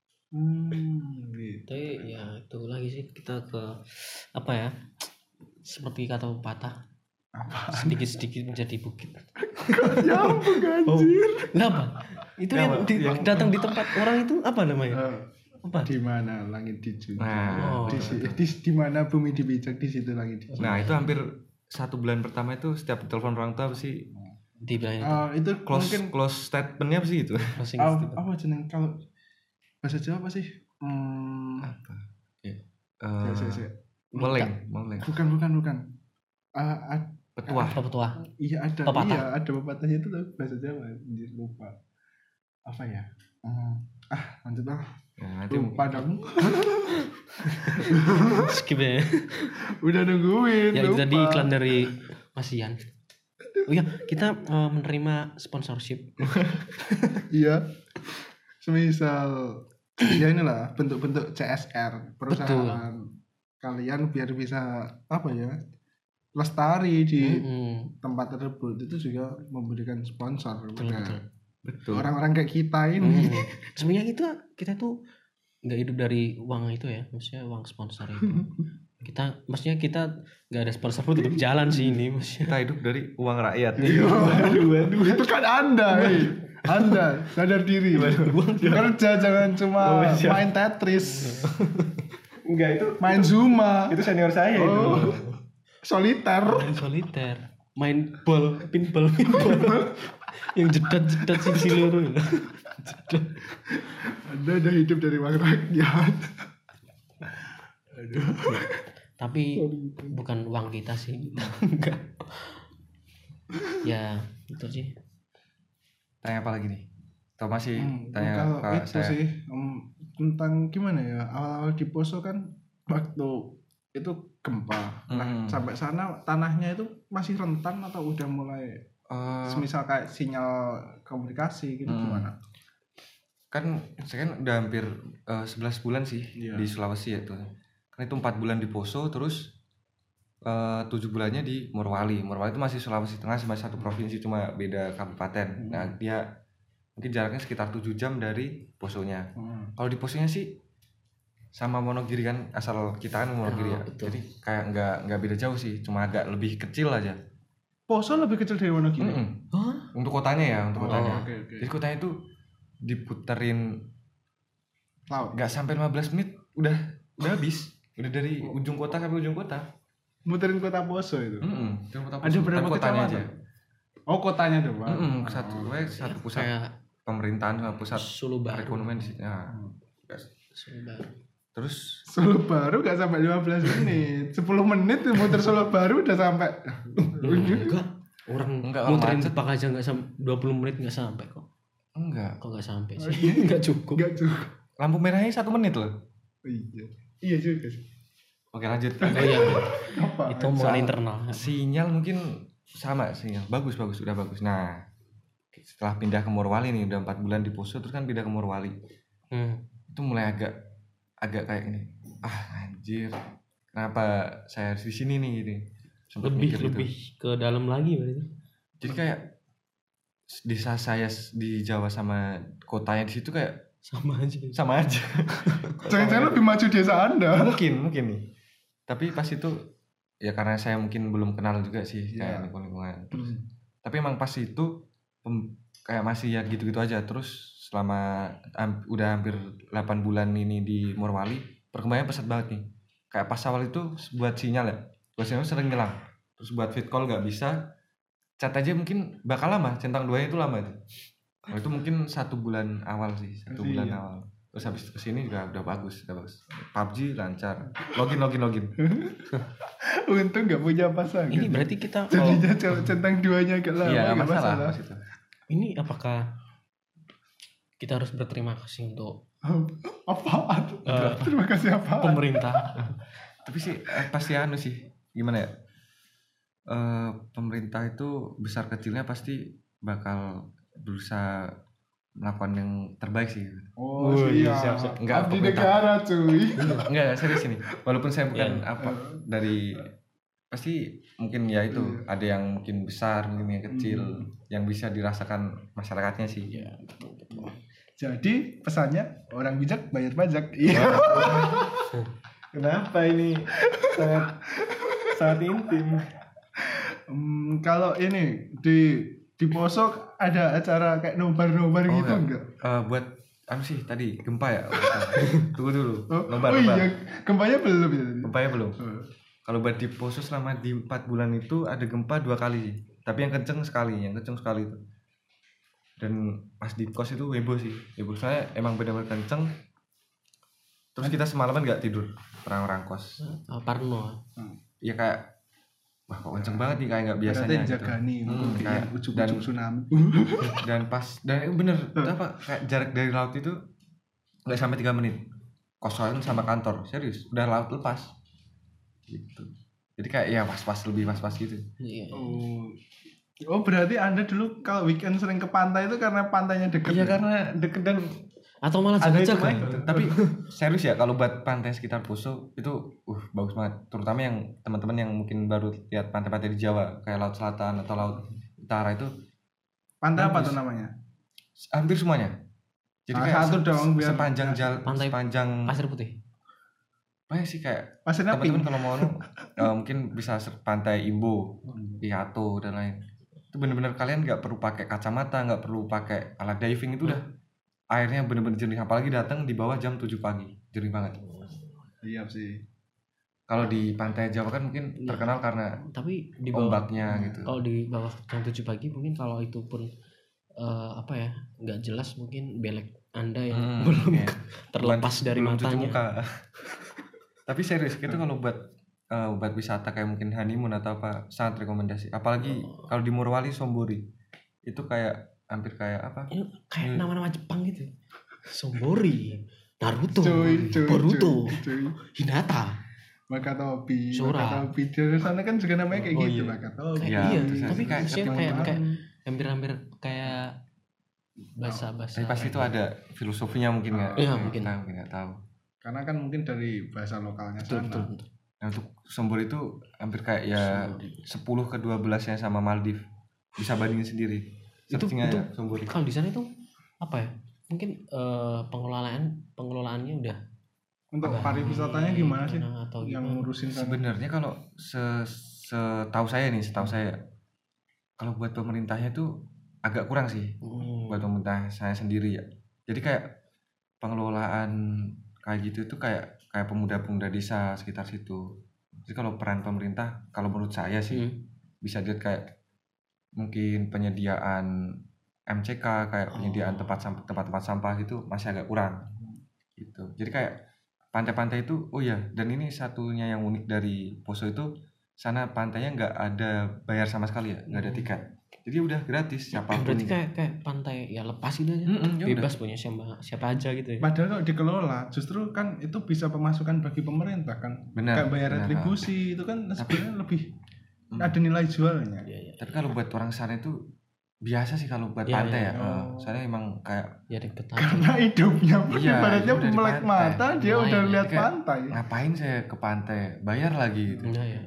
Gitu. Ya itu lagi sih, kita ke apa ya, seperti kata pepatah, sedikit-sedikit menjadi bukit. Nyambung anjir. Kenapa? Itu yang datang di tempat orang itu apa namanya? Apa? Di mana langit dijunjung. Nah, di mana bumi dipijak, di situ langit dijunjung. Nah, itu hampir 1 bulan pertama itu setiap telepon orang tua apa sih? Dibilang itu close statementnya apa sih itu? Apa jeneng kalau bahasa Jawa apa sih? Apa? Ya. Meleng. Bukan. Petuah. Iya ada. Pepatah. Iya ada pepatahnya itu bahasa Jawa. Lupa. Apa ya? Lanjut lah. Lupa dong. Skip ya. Udah nungguin. Ya itu tadi iklan dari Mas Ian. Oh iya, kita menerima sponsorship. Iya. Semisal ya inilah bentuk-bentuk CSR perusahaan. Betul. Kalian biar bisa apa ya, lestari di tempat tersebut, itu juga memberikan sponsor. Betul. Orang-orang kayak kita ini. Sebenarnya kita tuh nggak hidup dari uang itu ya, maksudnya uang sponsor itu. Maksudnya kita nggak ada sponsor pun tetap jalan sih ini. Maksudnya kita hidup dari uang rakyat. Waduh, itu kan Anda sadar diri. Kerja jangan cuma main Tetris. Enggak, itu main Zuma. Itu senior saya itu. Soliter. Main pinball. Yang jedat sih seluruh. Anda udah hidup dari uang rakyat. Aduh. Tapi bukan uang kita sih. Enggak. Ya, itu sih. Tanya apa lagi nih? Atau masih tanya kalau itu saya sih tentang gimana ya, awal-awal di Poso kan waktu itu gempa. Nah, sampai sana tanahnya itu masih rentan atau udah mulai semisal kayak sinyal komunikasi gitu gimana? Kan saya kan udah hampir 11 bulan sih di Sulawesi ya tuh. Kan itu 4 bulan di Poso, terus 7 bulannya di Morowali. Morowali itu masih Sulawesi Tengah, masih satu provinsi cuma beda kabupaten. Nah, dia mungkin jaraknya sekitar 7 jam dari Posonya. Kalau di Posonya sih sama Wonogiri kan, asal kita kan Wonogiri ya. Betul. Jadi kayak nggak beda jauh sih, cuma agak lebih kecil aja. Poso lebih kecil dari Wonogiri? Untuk kotanya ya, Okay. Jadi kotanya itu diputerin laut. Nggak sampai 15 menit udah habis. Udah dari ujung kota sampai ujung kota. Muterin kota Poso itu? Kota Poso. Ada berapa kotanya aja? Oh, kotanya doang. Satu pusat pemerintahan sama pusat perekonomian di situ. Solo Baru. Terus Solo Baru gak sampai 15 menit. 10 menit muter Solo Baru udah sampai. Enggak. Orang muterin Jepang aja gak sampai 20 menit gak sampai kok. Enggak. Kok gak sampai sih? Gak cukup. Lampu merahnya 1 menit loh. Iya juga sih. Oke, lanjut. Iya. Itu omongan internal. Sinyal mungkin sama sinyal. Bagus, udah bagus. Nah, setelah pindah ke Morowali nih udah 4 bulan di Poso terus kan pindah ke Morowali. Itu mulai agak kayak ini. Anjir. Kenapa saya harus di sini nih gitu. Lebih ke dalam lagi berarti. Jadi kayak desa saya di Jawa sama kotanya di situ kayak sama aja. Jangan-jangan lebih maju desa Anda. Mungkin nih. Tapi pas itu ya karena saya mungkin belum kenal juga sih kayak lingkungan. Tapi emang pas itu kayak masih ya gitu-gitu aja. Terus selama udah hampir 8 bulan ini di Morowali, perkembangannya pesat banget nih. Kayak pas awal itu buat sinyal sering hilang. Terus buat fit call nggak bisa. Chat aja mungkin bakal lama, centang 2 itu lama itu. Itu mungkin 1 bulan awal sih, 1 bulan awal. Terus habis kesini juga udah bagus. PUBG lancar, login. Untung nggak punya pasangan. Ini berarti kita jadinya centang 2-nya agak lama. Iya, nggak masalah. Ini apakah kita harus berterima kasih untuk apaan? Terima kasih apa? Pemerintah. Tapi sih pasti sih, gimana ya? Pemerintah itu besar kecilnya pasti bakal berusaha melakukan yang terbaik sih. Siap. Enggak di negara cuy. Enggak serius ini. Walaupun saya bukan dari pasti mungkin ya itu ada yang mungkin besar, mungkin yang kecil, yang bisa dirasakan masyarakatnya sih. Ya. Jadi pesannya orang bijak bayar pajak. Iya. Kenapa ini sangat intim? Kalau ini di Poso ada acara kayak nobar gitu enggak? Buat sih tadi gempa ya? Tunggu dulu. Nobar. Iya, gempanya belum ya? Gempanya belum. Kalau buat di Poso selama di 4 bulan itu ada gempa 2 kali sih. Tapi yang kenceng sekali itu. Dan pas di kos itu heboh sih. Saya emang benar-benar kenceng. Terus kita semalaman nggak tidur orang-orang kos. Parno. Ya kayak wah kok kenceng banget nih kayak nggak biasanya gitu. Jagani, kayak ujuk-ujuk tsunami. Dan bener apa kayak jarak dari laut itu nggak sampai 3 menit. Kosan sama kantor serius udah laut lepas gitu. Jadi kayak ya lebih pas gitu. Oh berarti Anda dulu kalau weekend sering ke pantai itu karena pantainya deket? Iya karena deket dan atau malah jaga-jaga. Tapi serius ya kalau buat pantai sekitar Poso itu bagus banget. Terutama yang teman-teman yang mungkin baru lihat pantai-pantai di Jawa kayak Laut Selatan atau Laut Utara itu. Pantai apa tuh namanya? Hampir semuanya. Jadi kayak satu dong biar sepanjang jalan sepanjang Pasir Putih. Banyak sih kayak Pasirnya teman-teman kalau mau mungkin bisa pantai Imbo, Pihato dan lain. Itu benar-benar kalian nggak perlu pakai kacamata, nggak perlu pakai alat diving itu udah airnya benar-benar jernih. Apalagi datang di bawah jam 7 pagi, jernih banget. Iya sih. Kalau di pantai Jawa kan mungkin terkenal karena tapi di bawah, ombaknya gitu. Kalau di bawah jam 7 pagi mungkin kalau itu pun nggak jelas mungkin belek Anda yang belum terlepas dari matanya. Tapi serius itu kalau buat wisata kayak mungkin honeymoon atau apa sangat rekomendasi. Apalagi kalau di Morowali Sombori itu kayak hampir kayak apa? Kayak nama-nama Jepang gitu. Sombori, Naruto, Boruto, Hinata, Wakatobi, Sora. Wakatobi. Di sana kan juga namanya kayak gitu, Wakatobi. Iya, tapi kayak hampir kayak bahasa-bahasa. Tapi pasti itu ada filosofinya mungkin nggak? Iya mungkin nggak tahu. Karena kan mungkin dari bahasa lokalnya sana. Betul. Nah untuk Sombori itu hampir kayak ya 10 ke 12-nya sama Maldives. Bisa bandingin sendiri. Itu Sombori. Kalau di sana itu apa ya? Mungkin pengelolaannya udah. Untuk pariwisatanya gimana sih? Atau yang ngurusin sana? Sebenarnya kalau setahu saya kalau buat pemerintahnya itu agak kurang sih. Buat pemerintah saya sendiri ya. Jadi kayak pengelolaan kayak gitu itu kayak pemuda-pemuda desa sekitar situ. Jadi kalau peran pemerintah kalau menurut saya sih bisa dilihat kayak mungkin penyediaan MCK kayak penyediaan tempat-tempat sampah gitu masih agak kurang gitu. Jadi kayak pantai-pantai itu dan ini satunya yang unik dari Poso itu sana pantainya nggak ada bayar sama sekali ya, nggak ada tiket. Jadi udah gratis siapapun. Berarti kayak pantai ya lepas gitu aja. Bebas punya siapa aja gitu ya. Padahal kalau dikelola justru kan itu bisa pemasukan bagi pemerintah kan. Kayak bayar retribusi itu kan sebenarnya lebih ada nilai jualnya. Tapi kalau buat orang sana itu biasa sih kalau buat pantai ya. Soalnya emang kayak ya deket karena hidupnya ibaratnya udah di melek pantai. mata dia udah lihat Kayak, pantai. ngapain saya ke pantai, bayar lagi gitu. ya.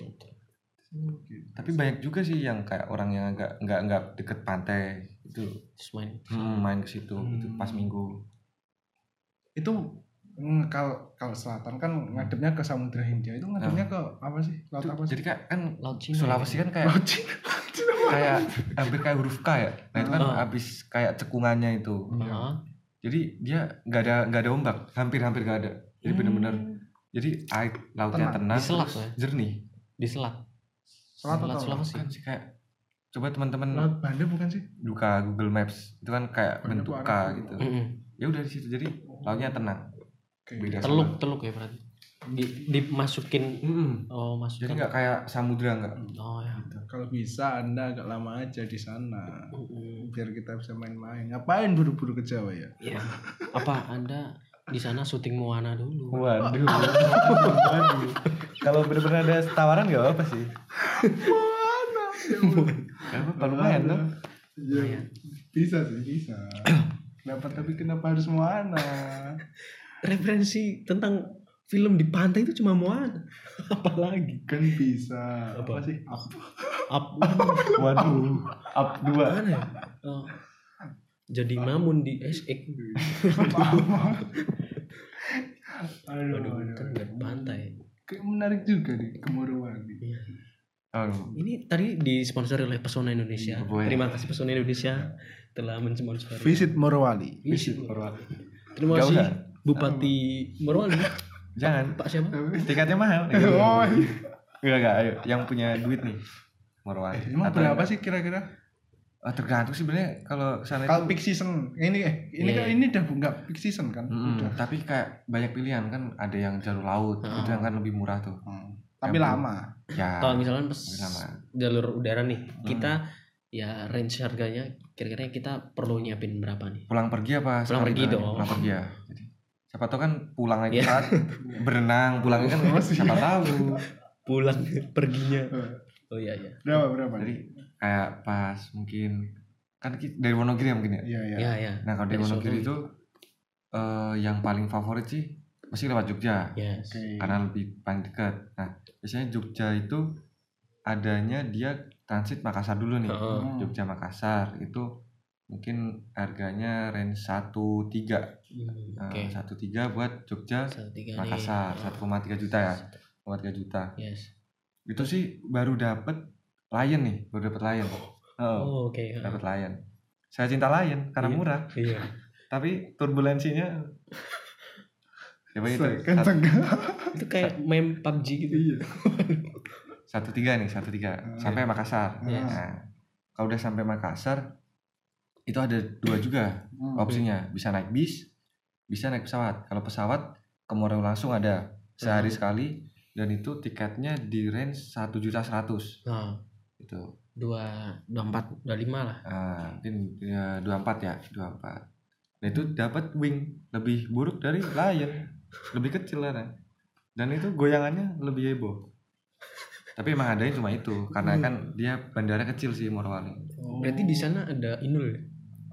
Tapi banyak juga sih yang kayak orang yang nggak deket pantai itu main ke situ itu pas minggu. Itu kalau selatan kan ngadepnya ke Samudra Hindia, itu ngadepnya ke apa sih? Laut apa sih? Jadi kan Laut Cina, Sulawesi kan kayak Laut Cina. kayak hampir kayak huruf K ya. Nah itu kan habis kayak cekungannya itu. Jadi dia nggak ada ombak, hampir nggak ada. Jadi benar-benar jadi air lautnya tenang, jernih. Di selat Sulawesi Kan sih kayak coba teman-teman Laut Banda bukan sih? buka Google Maps itu kan kayak Banda bentuk K gitu. Ya udah di situ jadi lautnya tenang. Beda teluk ya berarti dimasukin masukin. Jadi nggak kayak samudra nggak. Ya gitu. Kalau bisa Anda agak lama aja di sana biar kita bisa main-main. Ngapain buru-buru ke Jawa ya? Iya. Apa Anda di sana syuting Moana dulu? Waduh. Kalau benar-benar ada tawaran nggak apa sih? Moana. Kalau lumayan tuh. Ya, bisa sih bisa. Tapi kenapa harus Moana? Referensi tentang film di pantai itu cuma Moana. Apalagi kan bisa apa sih? Up. Waduh. Up 2. Mana ya? Jadi Mamun di SX. Aduh, kan nggak pantai. Kayak menarik juga nih ke Morowali. Iya. Ini tadi disponsori oleh Pesona Indonesia. Terima kasih Pesona Indonesia telah mensponsori. Visit Morowali. Terima kasih Bupati Morowali. Jangan Pak siapa? Tiketnya mahal. Oh. Enggak ayo yang punya duit nih. Morowali. Emang berapa sih kira-kira? Tergantung sih sebenarnya kalau sana kalau peak season ini kan ini udah enggak peak season kan. Tapi kayak banyak pilihan kan, ada yang jalur laut itu yang kan lebih murah tuh. Tapi lama. Ya. Kalau misalkan pas jalur udara nih, kita ya range harganya kira-kira kita perlu nyiapin berapa nih? Pulang pergi apa? Pulang pergi dong. Pulang pergi ya. Jadi, siapa tahu kan pulang lagi saat berenang, pulangnya kan siapa tahu. Pulang perginya. Oh iya. Berapa? Jadi kayak pas mungkin kan dari Wonogiri ya mungkin ya. Iya. Nah kalau dari Wonogiri itu yang paling favorit sih mesti lewat Jogja. Yes. Karena lebih paling dekat. Nah biasanya Jogja itu adanya dia transit Makassar dulu nih. Jogja Makassar itu mungkin harganya range 1.3. 1.3 buat Jogja Makassar 1,3 juta ya. 1,3 juta. Yes. Itu sih baru dapat Lion nih, dapat Lion. Saya cinta Lion karena murah. Iya. Tapi turbulensinya itu itu kayak main PUBG gitu. Iya. 1.3 nih, sampai Makassar. Yes. Nah, kalau udah sampai Makassar itu ada 2 juga opsinya, bisa naik bis, bisa naik pesawat. Kalau pesawat ke Morowali langsung ada sehari sekali dan itu tiketnya di range 1.100.000. Itu 24, 25 lah. Mungkin ya 24 ya, 24. Nah itu dapat wing lebih buruk dari Lion, lebih kecil kan. Dan itu goyangannya lebih heboh. Tapi emang adanya cuma itu karena kan dia bandara kecil sih Morowali. Berarti di sana ada Inul ya?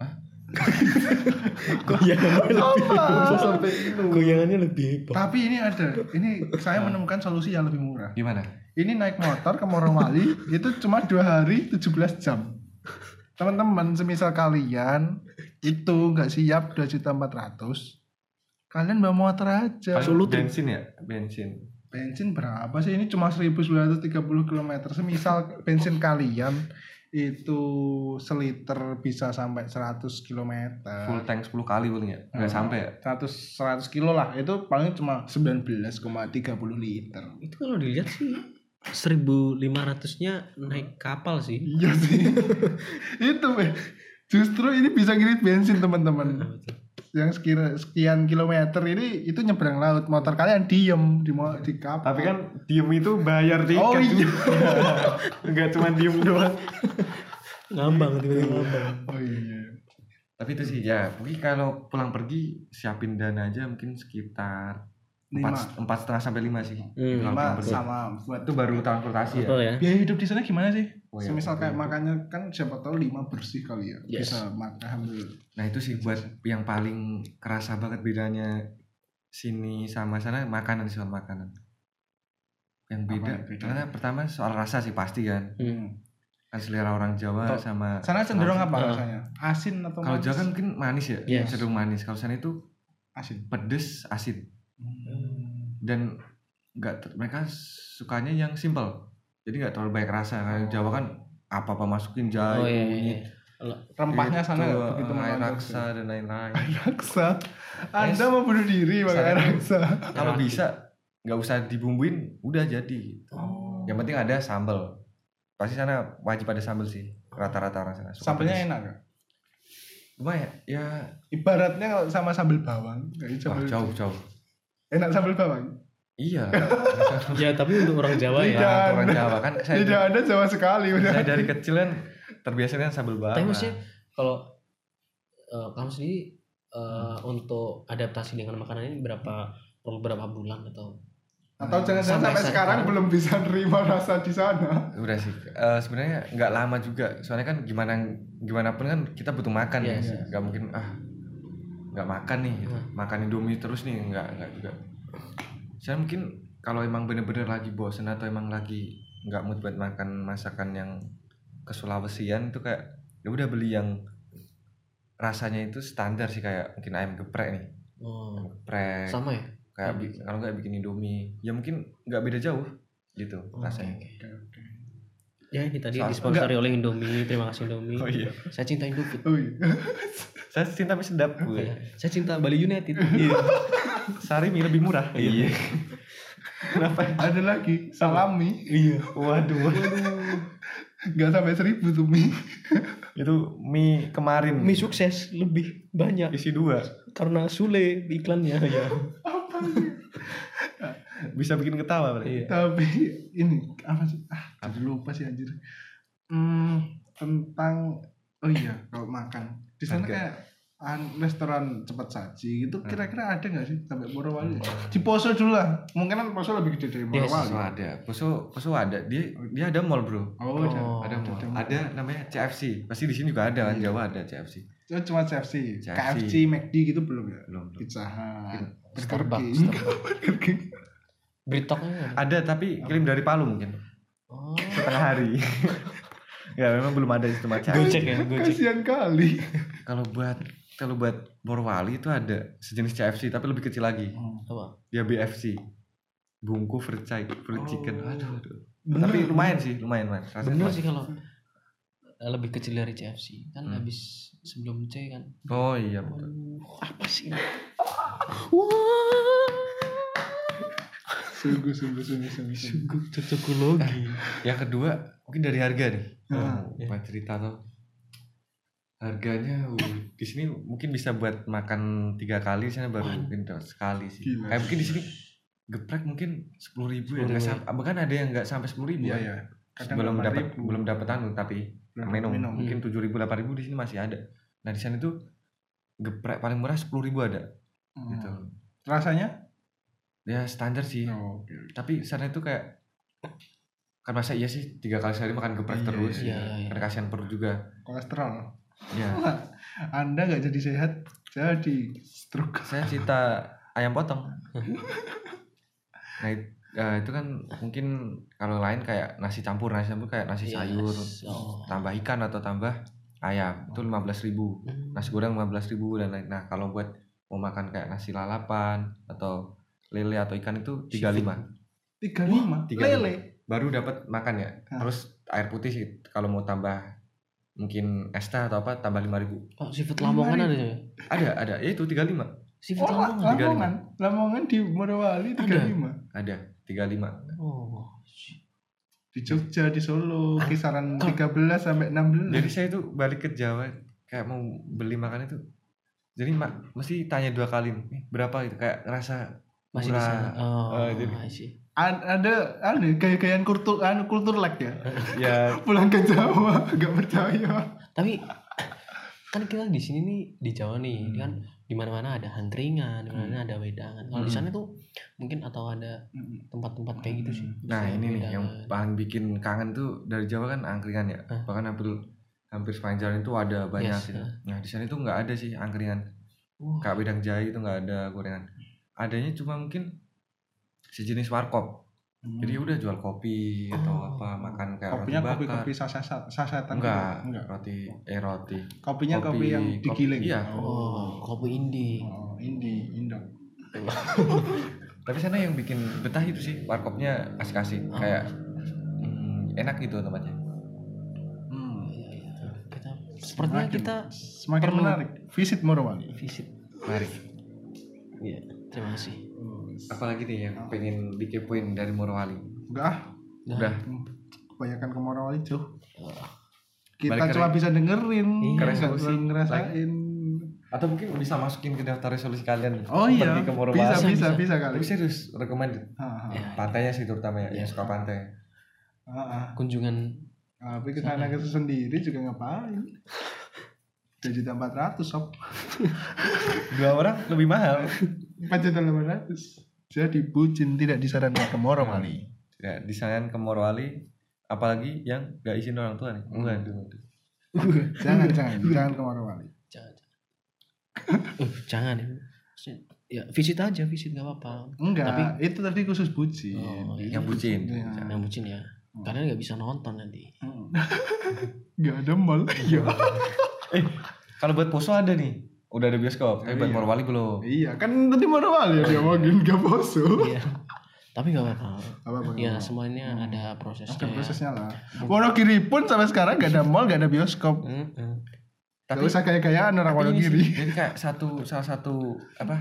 Goyangannya lebih heboh. Tapi ini saya menemukan solusi yang lebih murah. Gimana? Ini naik motor ke Morowali itu cuma 2 hari 17 jam. Teman-teman, semisal kalian itu nggak siap 2.400.000, kalian bawa motor aja. Bensin ya? Bensin berapa sih? Ini cuma 1.930 km. Semisal bensin kalian itu seliter bisa sampai 100 km. Full tank 10 kali paling ya? Nggak sampai ya? 100 kilo lah. Itu paling cuma 19,30 liter. Itu kalau dilihat sih 1.500-nya naik kapal sih. Iya sih. Itu justru ini bisa ngirit bensin teman-teman. Yang sekian kilometer ini itu nyebrang laut, motor kalian diem di kapal. Tapi kan diem itu bayar tiket. Oh iya. Enggak cuma diem doang. Ngambang tiba-tiba ngambang. Oh iya. Tapi itu sih ya, mungkin kalau pulang pergi siapin dana aja mungkin sekitar 4,5 sampai 5 sih. 5 sama buat itu baru transportasi ya. Betul ya. Biaya hidup di sana gimana sih? semisal kayak makannya kan siapa tahu 5 bersih kali ya. Bisa makan ambil. Nah itu sih buat yang paling kerasa banget bedanya sini sama sana, makanan soal makanan. Yang beda karena pertama soal rasa sih pasti kan. Kan selera orang Jawa sama sana cenderung apa rasanya? Asin atau kalau manis? Jawa kan mungkin manis ya, cenderung manis. Kalau sana itu asin, pedes, asin. Dan mereka sukanya yang simple. Jadi nggak terlalu banyak rasa. Kayak Jawa kan apa-apa masukin jahe, kunyit, rempahnya sana begitu air raksa dan lain-lain. Air raksa. Anda mau bunuh diri pakai air raksa. Kalau bisa nggak usah dibumbuin, udah jadi. Yang penting ada sambal. Pasti sana wajib ada sambal sih. Rata-rata orang sana. Sambelnya enak nggak? Lumayan. Ya. Ibaratnya kalau sama sambal bawang. Jauh. Enak sambal bawang. Iya. Ya tapi untuk orang Jawa ya. Orang Jawa kan. Tidak ada Jawa sekali. Saya dari kecil kan terbiasa kan sambal bawang. Tapi maksudnya kalau kamu sendiri untuk adaptasi dengan makanan ini berapa bulan atau jangan-jangan sampai sekarang belum bisa nerima rasa di sana. Udah sih, sebenarnya nggak lama juga. Soalnya kan gimana pun kan kita butuh makan ya. Nggak mungkin nggak makan nih, makan Indomie terus nih, nggak juga. Saya mungkin kalau emang bener-bener lagi bosen atau emang lagi nggak mood buat makan masakan yang kesulawesian itu kayak ya udah beli yang rasanya itu standar sih, kayak mungkin ayam geprek nih. Ayam geprek. Sama ya? Kayak kalau nggak bikin Indomie, ya mungkin nggak beda jauh gitu rasanya. Okay. Ya ini tadi disponsori oleh Indomie, terima kasih Indomie. Oh iya. Saya cinta Indomie. Oh iya. Saya cinta mie sedap gue. Saya cinta Bali United. Iya. Sari mie lebih murah. Iya. Kenapa? Ada lagi salami. Iya. Waduh. Nggak sampai 1.000 tuh mie. Itu mie kemarin. Mie sukses lebih banyak. Isi 2. Karena Sule iklannya ya. Bisa bikin ketawa berarti. Iya. Tapi ini apa sih? Jadi lupa sih anjir. Tentang kalau makan di sana kayak restoran cepat saji gitu kira-kira ada nggak sih sampai Morowali? Di Poso dulu lah. Mungkin kan Poso lebih gede dari Morowali. Poso ada. Dia ada mall, Bro. Ada mall. Ada namanya CFC. Pasti di sini juga ada kan, Jawa ada CFC. Cuma CFC. KFC, McD gitu belum ya? Belum. Pizza Hut, Starbucks. Britoknya ada tapi kirim dari Palu mungkin. Setengah hari. Ya memang belum ada itu macam. Gojek. Kasihan kali. Kalau buat Morowali itu ada sejenis CFC tapi lebih kecil lagi. Apa? Dia BFC. Bungku fried chicken. Aduh. Tapi lumayan Mas. Bener sih kalau lebih kecil dari CFC kan habis sebelum C kan. Oh iya betul. Apa sih? Sungguh cocokologi. Yang kedua mungkin dari harga nih. Buat cerita tuh. Harganya di sini mungkin bisa buat makan 3 kali, di sana baru mungkin sekali sih. Kayak mungkin di sini geprek mungkin 10.000 ya. Bahkan ada yang nggak sampai 10.000 ya. Belum dapat tapi minum mungkin 7.000 8.000 di sini masih ada. Nah di sana tuh geprek paling murah 10.000 ada. Gitu. Rasanya? Ya standar sih. Tapi sana itu kayak kan masa iya sih 3 kali sehari makan geprek terus. Karena kasihan perut juga. Kolesterol. Ya. Anda nggak jadi sehat, jadi stroke. Saya cinta ayam potong. Nah itu kan mungkin kalau lain kayak nasi campur kayak nasi sayur, tambah ikan atau tambah ayam itu 15.000. Nasi goreng 15.000 dan lain. Nah kalau buat mau makan kayak nasi lalapan atau lele atau ikan itu 35. 35. Lele. Baru dapat makan ya. Terus air putih sih kalau mau tambah mungkin es teh atau apa tambah 5.000. Oh, seafood Lamongan ada ya? Ada. Ya itu 35. Seafood Lamongan. Lamongan di Morowali 35. Ada 35. Oh. Di Jogja, di Solo kisaran 13 sampai 16. Jadi saya itu balik ke Jawa kayak mau beli makan itu. Jadi mesti tanya 2 kali nih, berapa gitu kayak ngerasa masih di sana. Jadi ada gaya-gayaan kultur lag ya. Ya pulang ke Jawa enggak percaya. Tapi kan kita di sini nih di Jawa nih kan di mana-mana ada angkringan, di mana-mana ada wedangan. Kalau di sana tuh mungkin atau ada tempat-tempat kayak gitu sih. Nah ini nih yang paling bikin kangen tuh dari Jawa kan angkringan ya. Bahkan hampir sepanjang jalan itu ada banyak gitu. Nah di sana itu nggak ada sih angkringan. Kayak Wedang Jahe itu nggak ada gorengan. Adanya cuma mungkin sejenis warkop. Jadi udah jual kopi atau apa, makan kayak kopinya roti bakar. Kopi sasetan. Enggak. Roti. Kopinya kopi yang digiling. Iya. Kopi indie. Indo. Tapi sana yang bikin betah itu sih warkopnya asik-asik kayak enak gitu tempatnya. Sepertinya kita semakin menarik. Visit Morowali. Mari. Iya, terima kasih. Apalagi nih yang pengen dikepoin dari Morowali? Udah. Kebanyakan ke Morowali tuh. Kita cuma bisa dengerin, ngerasain. Atau mungkin bisa masukin ke daftar resolusi kalian. Oh iya. Pergi ke Morowali. Bisa kali. Tapi serius, recommended. Pantainya sih terutama ya, suka pantai. Kunjungan. Tapi kesana sendiri juga ngapain? 2.400.000 sob. 2 orang lebih mahal. 4.800.000. Jadi bucin tidak disarankan ke Morowali. Tidak disarankan ke Morowali, apalagi yang gak izin orang tua nih. Jangan ke Morowali. Jangan. Ya visit aja, nggak apa-apa. Enggak, tapi itu tadi khusus bucin. Yang bucin. Yang bucin ya. Kalian nggak bisa nonton nanti. Nggak ada mall. Kalau buat Poso ada nih, udah ada bioskop. Tapi buat Morowali belum. Iya, kan tadi Morowali ya dia ngomongin nggak Poso. Iya. Tapi nggak apa-apa. Ya semuanya ada prosesnya. Ada prosesnya lah. Wonogiri pun sampai sekarang nggak ada mall, nggak ada bioskop. Tapi usah kayak-kayaan orang Wonogiri. Jadi kayak salah satu apa?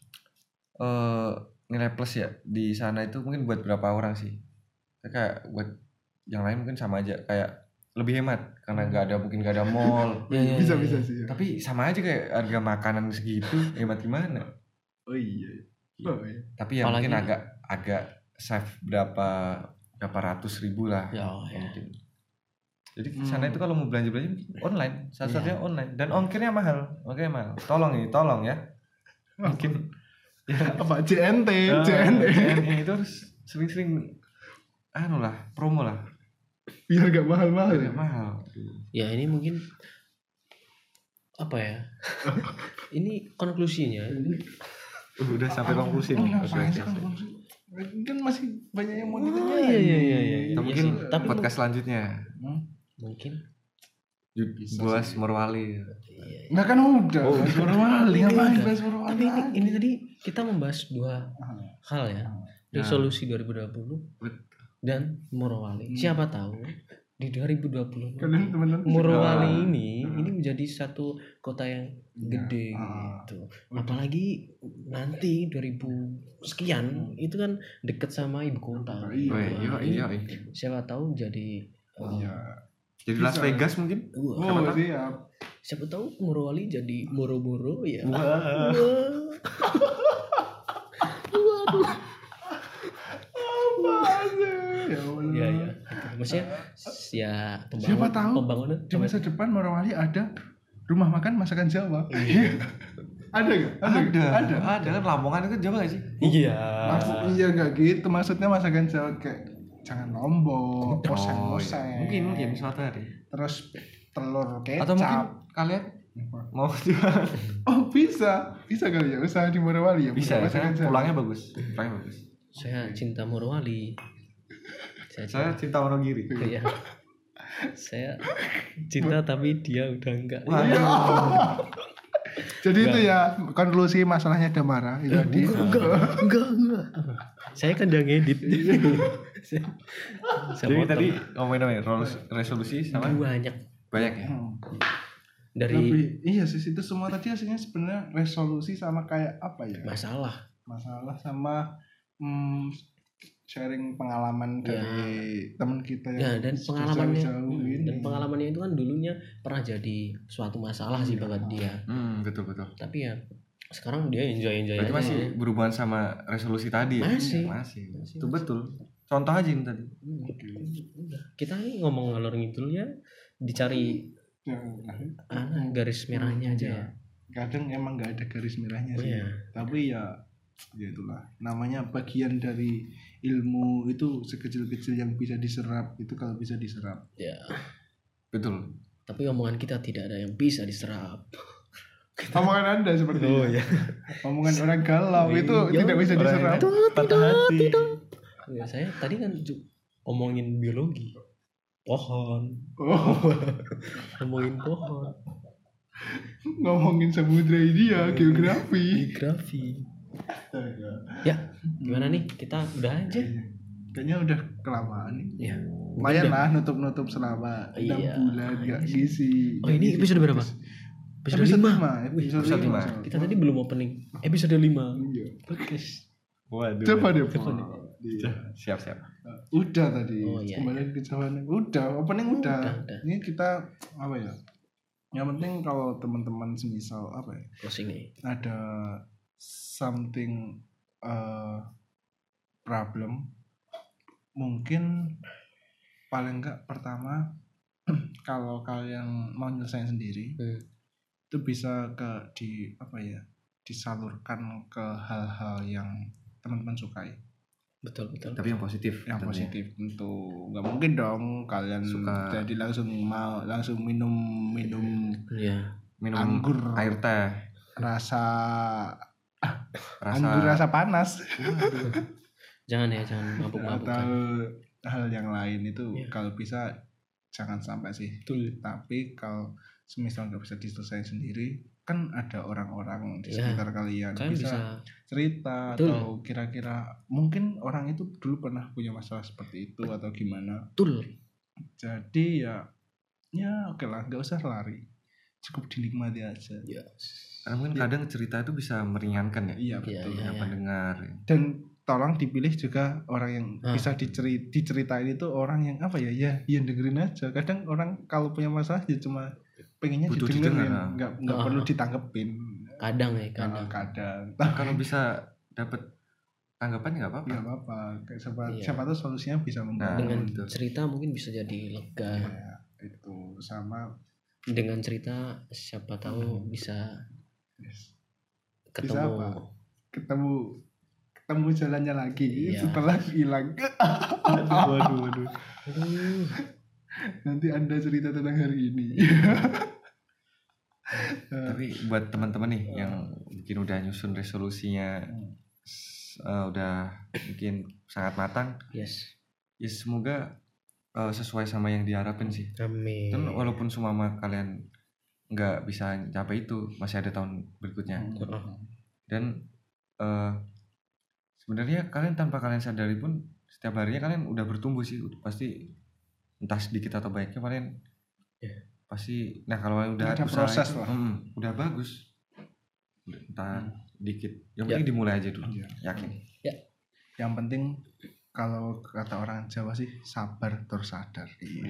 Nilai plus ya di sana itu mungkin buat berapa orang sih? Kayak buat yang lain mungkin sama aja, kayak lebih hemat karena mungkin nggak ada mall. Bisa sih. Tapi sama aja kayak harga makanan segitu, hemat gimana? Oh iya. Tapi ya mungkin agak save berapa ratus ribu lah. Mungkin. Jadi sana itu kalau mau belanja online, salah-satunya online dan ongkirnya mahal. Tolong ya. Mungkin apa JNT itu harus sering-sering promo lah biar gak mahal-mahal. Ya ini mungkin apa ya? Ini konklusinya. Udah sampai konklusi. Kan masih banyak yang mau ditanya. Iya. Mungkin podcast selanjutnya. Mungkin bahas Morowali. Nah kan udah bahas Morowali. Ngapain bahas Morowali? Tapi ini tadi kita membahas 2 hal ya. Resolusi 2020 dan Morowali. Siapa tahu di 2020 Morowali ini menjadi satu kota yang gede gitu. Apalagi nanti 2000 sekian itu kan dekat sama ibu kota. Iya. Siapa tahu jadi jadi Las Vegas mungkin. Siap. Siapa tahu Morowali jadi Boro-Boro ya. Iya. Maksudnya siapa tahu pembangunan di masa depan Morowali ada rumah makan masakan Jawa. Ada nggak? Ada kan Lamongan itu Jawa nggak sih? Iya. Iya nggak gitu, maksudnya masakan Jawa kayak jangan lombok, poseng. Mungkin suatu hari. Terus telur kecap. Atau mungkin kalian mau juga. Oh bisa kali ya usaha di Morowali ya. Bisa. Pulangnya bagus. Saya cinta Morowali. Saya cinta Wonogiri. Iya. Saya cinta tapi dia udah enggak. Jadi itu ya konklusi masalahnya Damara. Enggak. Saya kan udah ngedit. Jadi tadi ngomongin resolusi sama banyak ya. Tapi iya sih itu semua tadi hasilnya sebenarnya resolusi sama kayak apa ya? Masalah sama sharing pengalaman dari teman kita yang dan pengalamannya itu kan dulunya pernah jadi suatu masalah sih buat dia. Betul. Tapi ya sekarang dia enjoy aja. Masih berhubungan sama resolusi tadi ya? Masih. Itu betul. Contoh aja ini tadi. Kita ini ngomong ngalor ngidul ya, dicari garis merahnya aja ya. Kadang emang nggak ada garis merahnya sih. Tapi ya ya itulah namanya bagian dari ilmu itu sekecil-kecil yang bisa diserap itu kalau bisa diserap. Ya. Betul. Tapi omongan kita tidak ada yang bisa diserap. Omongan Anda seperti itu. Ya. Omongan orang galau itu tidak bisa diserap. Patah hati. Ya, saya tadi kan omongin biologi. Pohon. Ngomongin pohon. Ngomongin samudra India, geografi. Ya, gimana nih? Kita udah aja. Kayaknya udah kelamaan nih. Ya. Lumayan lah nutup selama 6 bulan gak ngisi. Oh, ini episode berapa? Episode 5. Episode 5. Kita tadi belum opening. Episode 5. Iya. Waduh. Coba deh. Siap. Udah tadi. Oh, iya. Kembali ke jawabannya. Udah, opening udah. Ini kita apa ya? Yang penting kalau teman-teman semisal apa ya? Closing nih. Ada something problem, mungkin paling enggak pertama kalau kalian mau nyelesain sendiri itu bisa disalurkan ke hal-hal yang teman-teman sukai. Betul. Tapi yang positif. Yang positif tentu nggak mungkin dong kalian suka jadi langsung minum anggur air teh rasa anggur rasa panas. Jangan mabuk-mabuk. Atau hal yang lain itu kalau bisa jangan sampai sih. Betul. Tapi kalau semisal nggak bisa diselesaikan sendiri, kan ada orang-orang di sekitar kalian bisa cerita. Betul. Atau kira-kira mungkin orang itu dulu pernah punya masalah seperti itu atau gimana. Betul. Jadi ya oke lah, nggak usah lari, cukup dinikmati aja. Karena mungkin kadang cerita itu bisa meringankan ya. Iya betul. Pendengar. Dan tolong dipilih juga orang yang bisa diceritain itu orang yang dengerin aja. Kadang orang kalau punya masalah ya cuma pengennya didengerin, nggak perlu ditanggepin. Kadang. Kalau bisa dapat tanggapan nggak apa-apa. Nggak apa-apa. Siapa tahu solusinya bisa membantu. Dengan cerita mungkin bisa jadi lega. Ya, itu sama. Dengan cerita siapa tahu bisa ketemu jalannya lagi setelah hilang. Waduh. Nanti Anda cerita tentang hari ini. Tapi buat teman-teman nih yang mungkin udah nyusun resolusinya udah mungkin sangat matang. Yes. Ya semoga sesuai sama yang diharapin sih. Amin. Dan walaupun semua kalian nggak bisa capai itu, masih ada tahun berikutnya. Dan sebenarnya kalian tanpa kalian sadari pun setiap harinya kalian udah bertumbuh sih, pasti entah sedikit atau banyaknya kalian pasti. Nah kalau udah ada proses itu, lah. Udah bagus, entah dikit, yang penting dimulai aja dulu. Yakin. Yang penting kalau kata orang Jawa sih sabar terus sadar.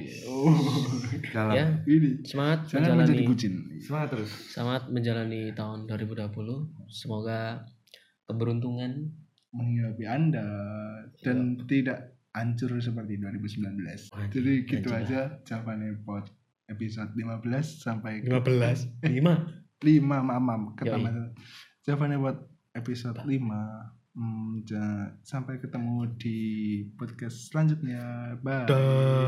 Dalam ini semangat jangan menjadi bucin. Semangat menjalani tahun 2020. Semoga keberuntungan menghidupi Anda dan tidak hancur seperti 2019. Jadi gitu aja jawabannya buat episode 15 sampai 15. 5 maaf jawabannya buat episode 5. Sampai ketemu di podcast selanjutnya. Bye.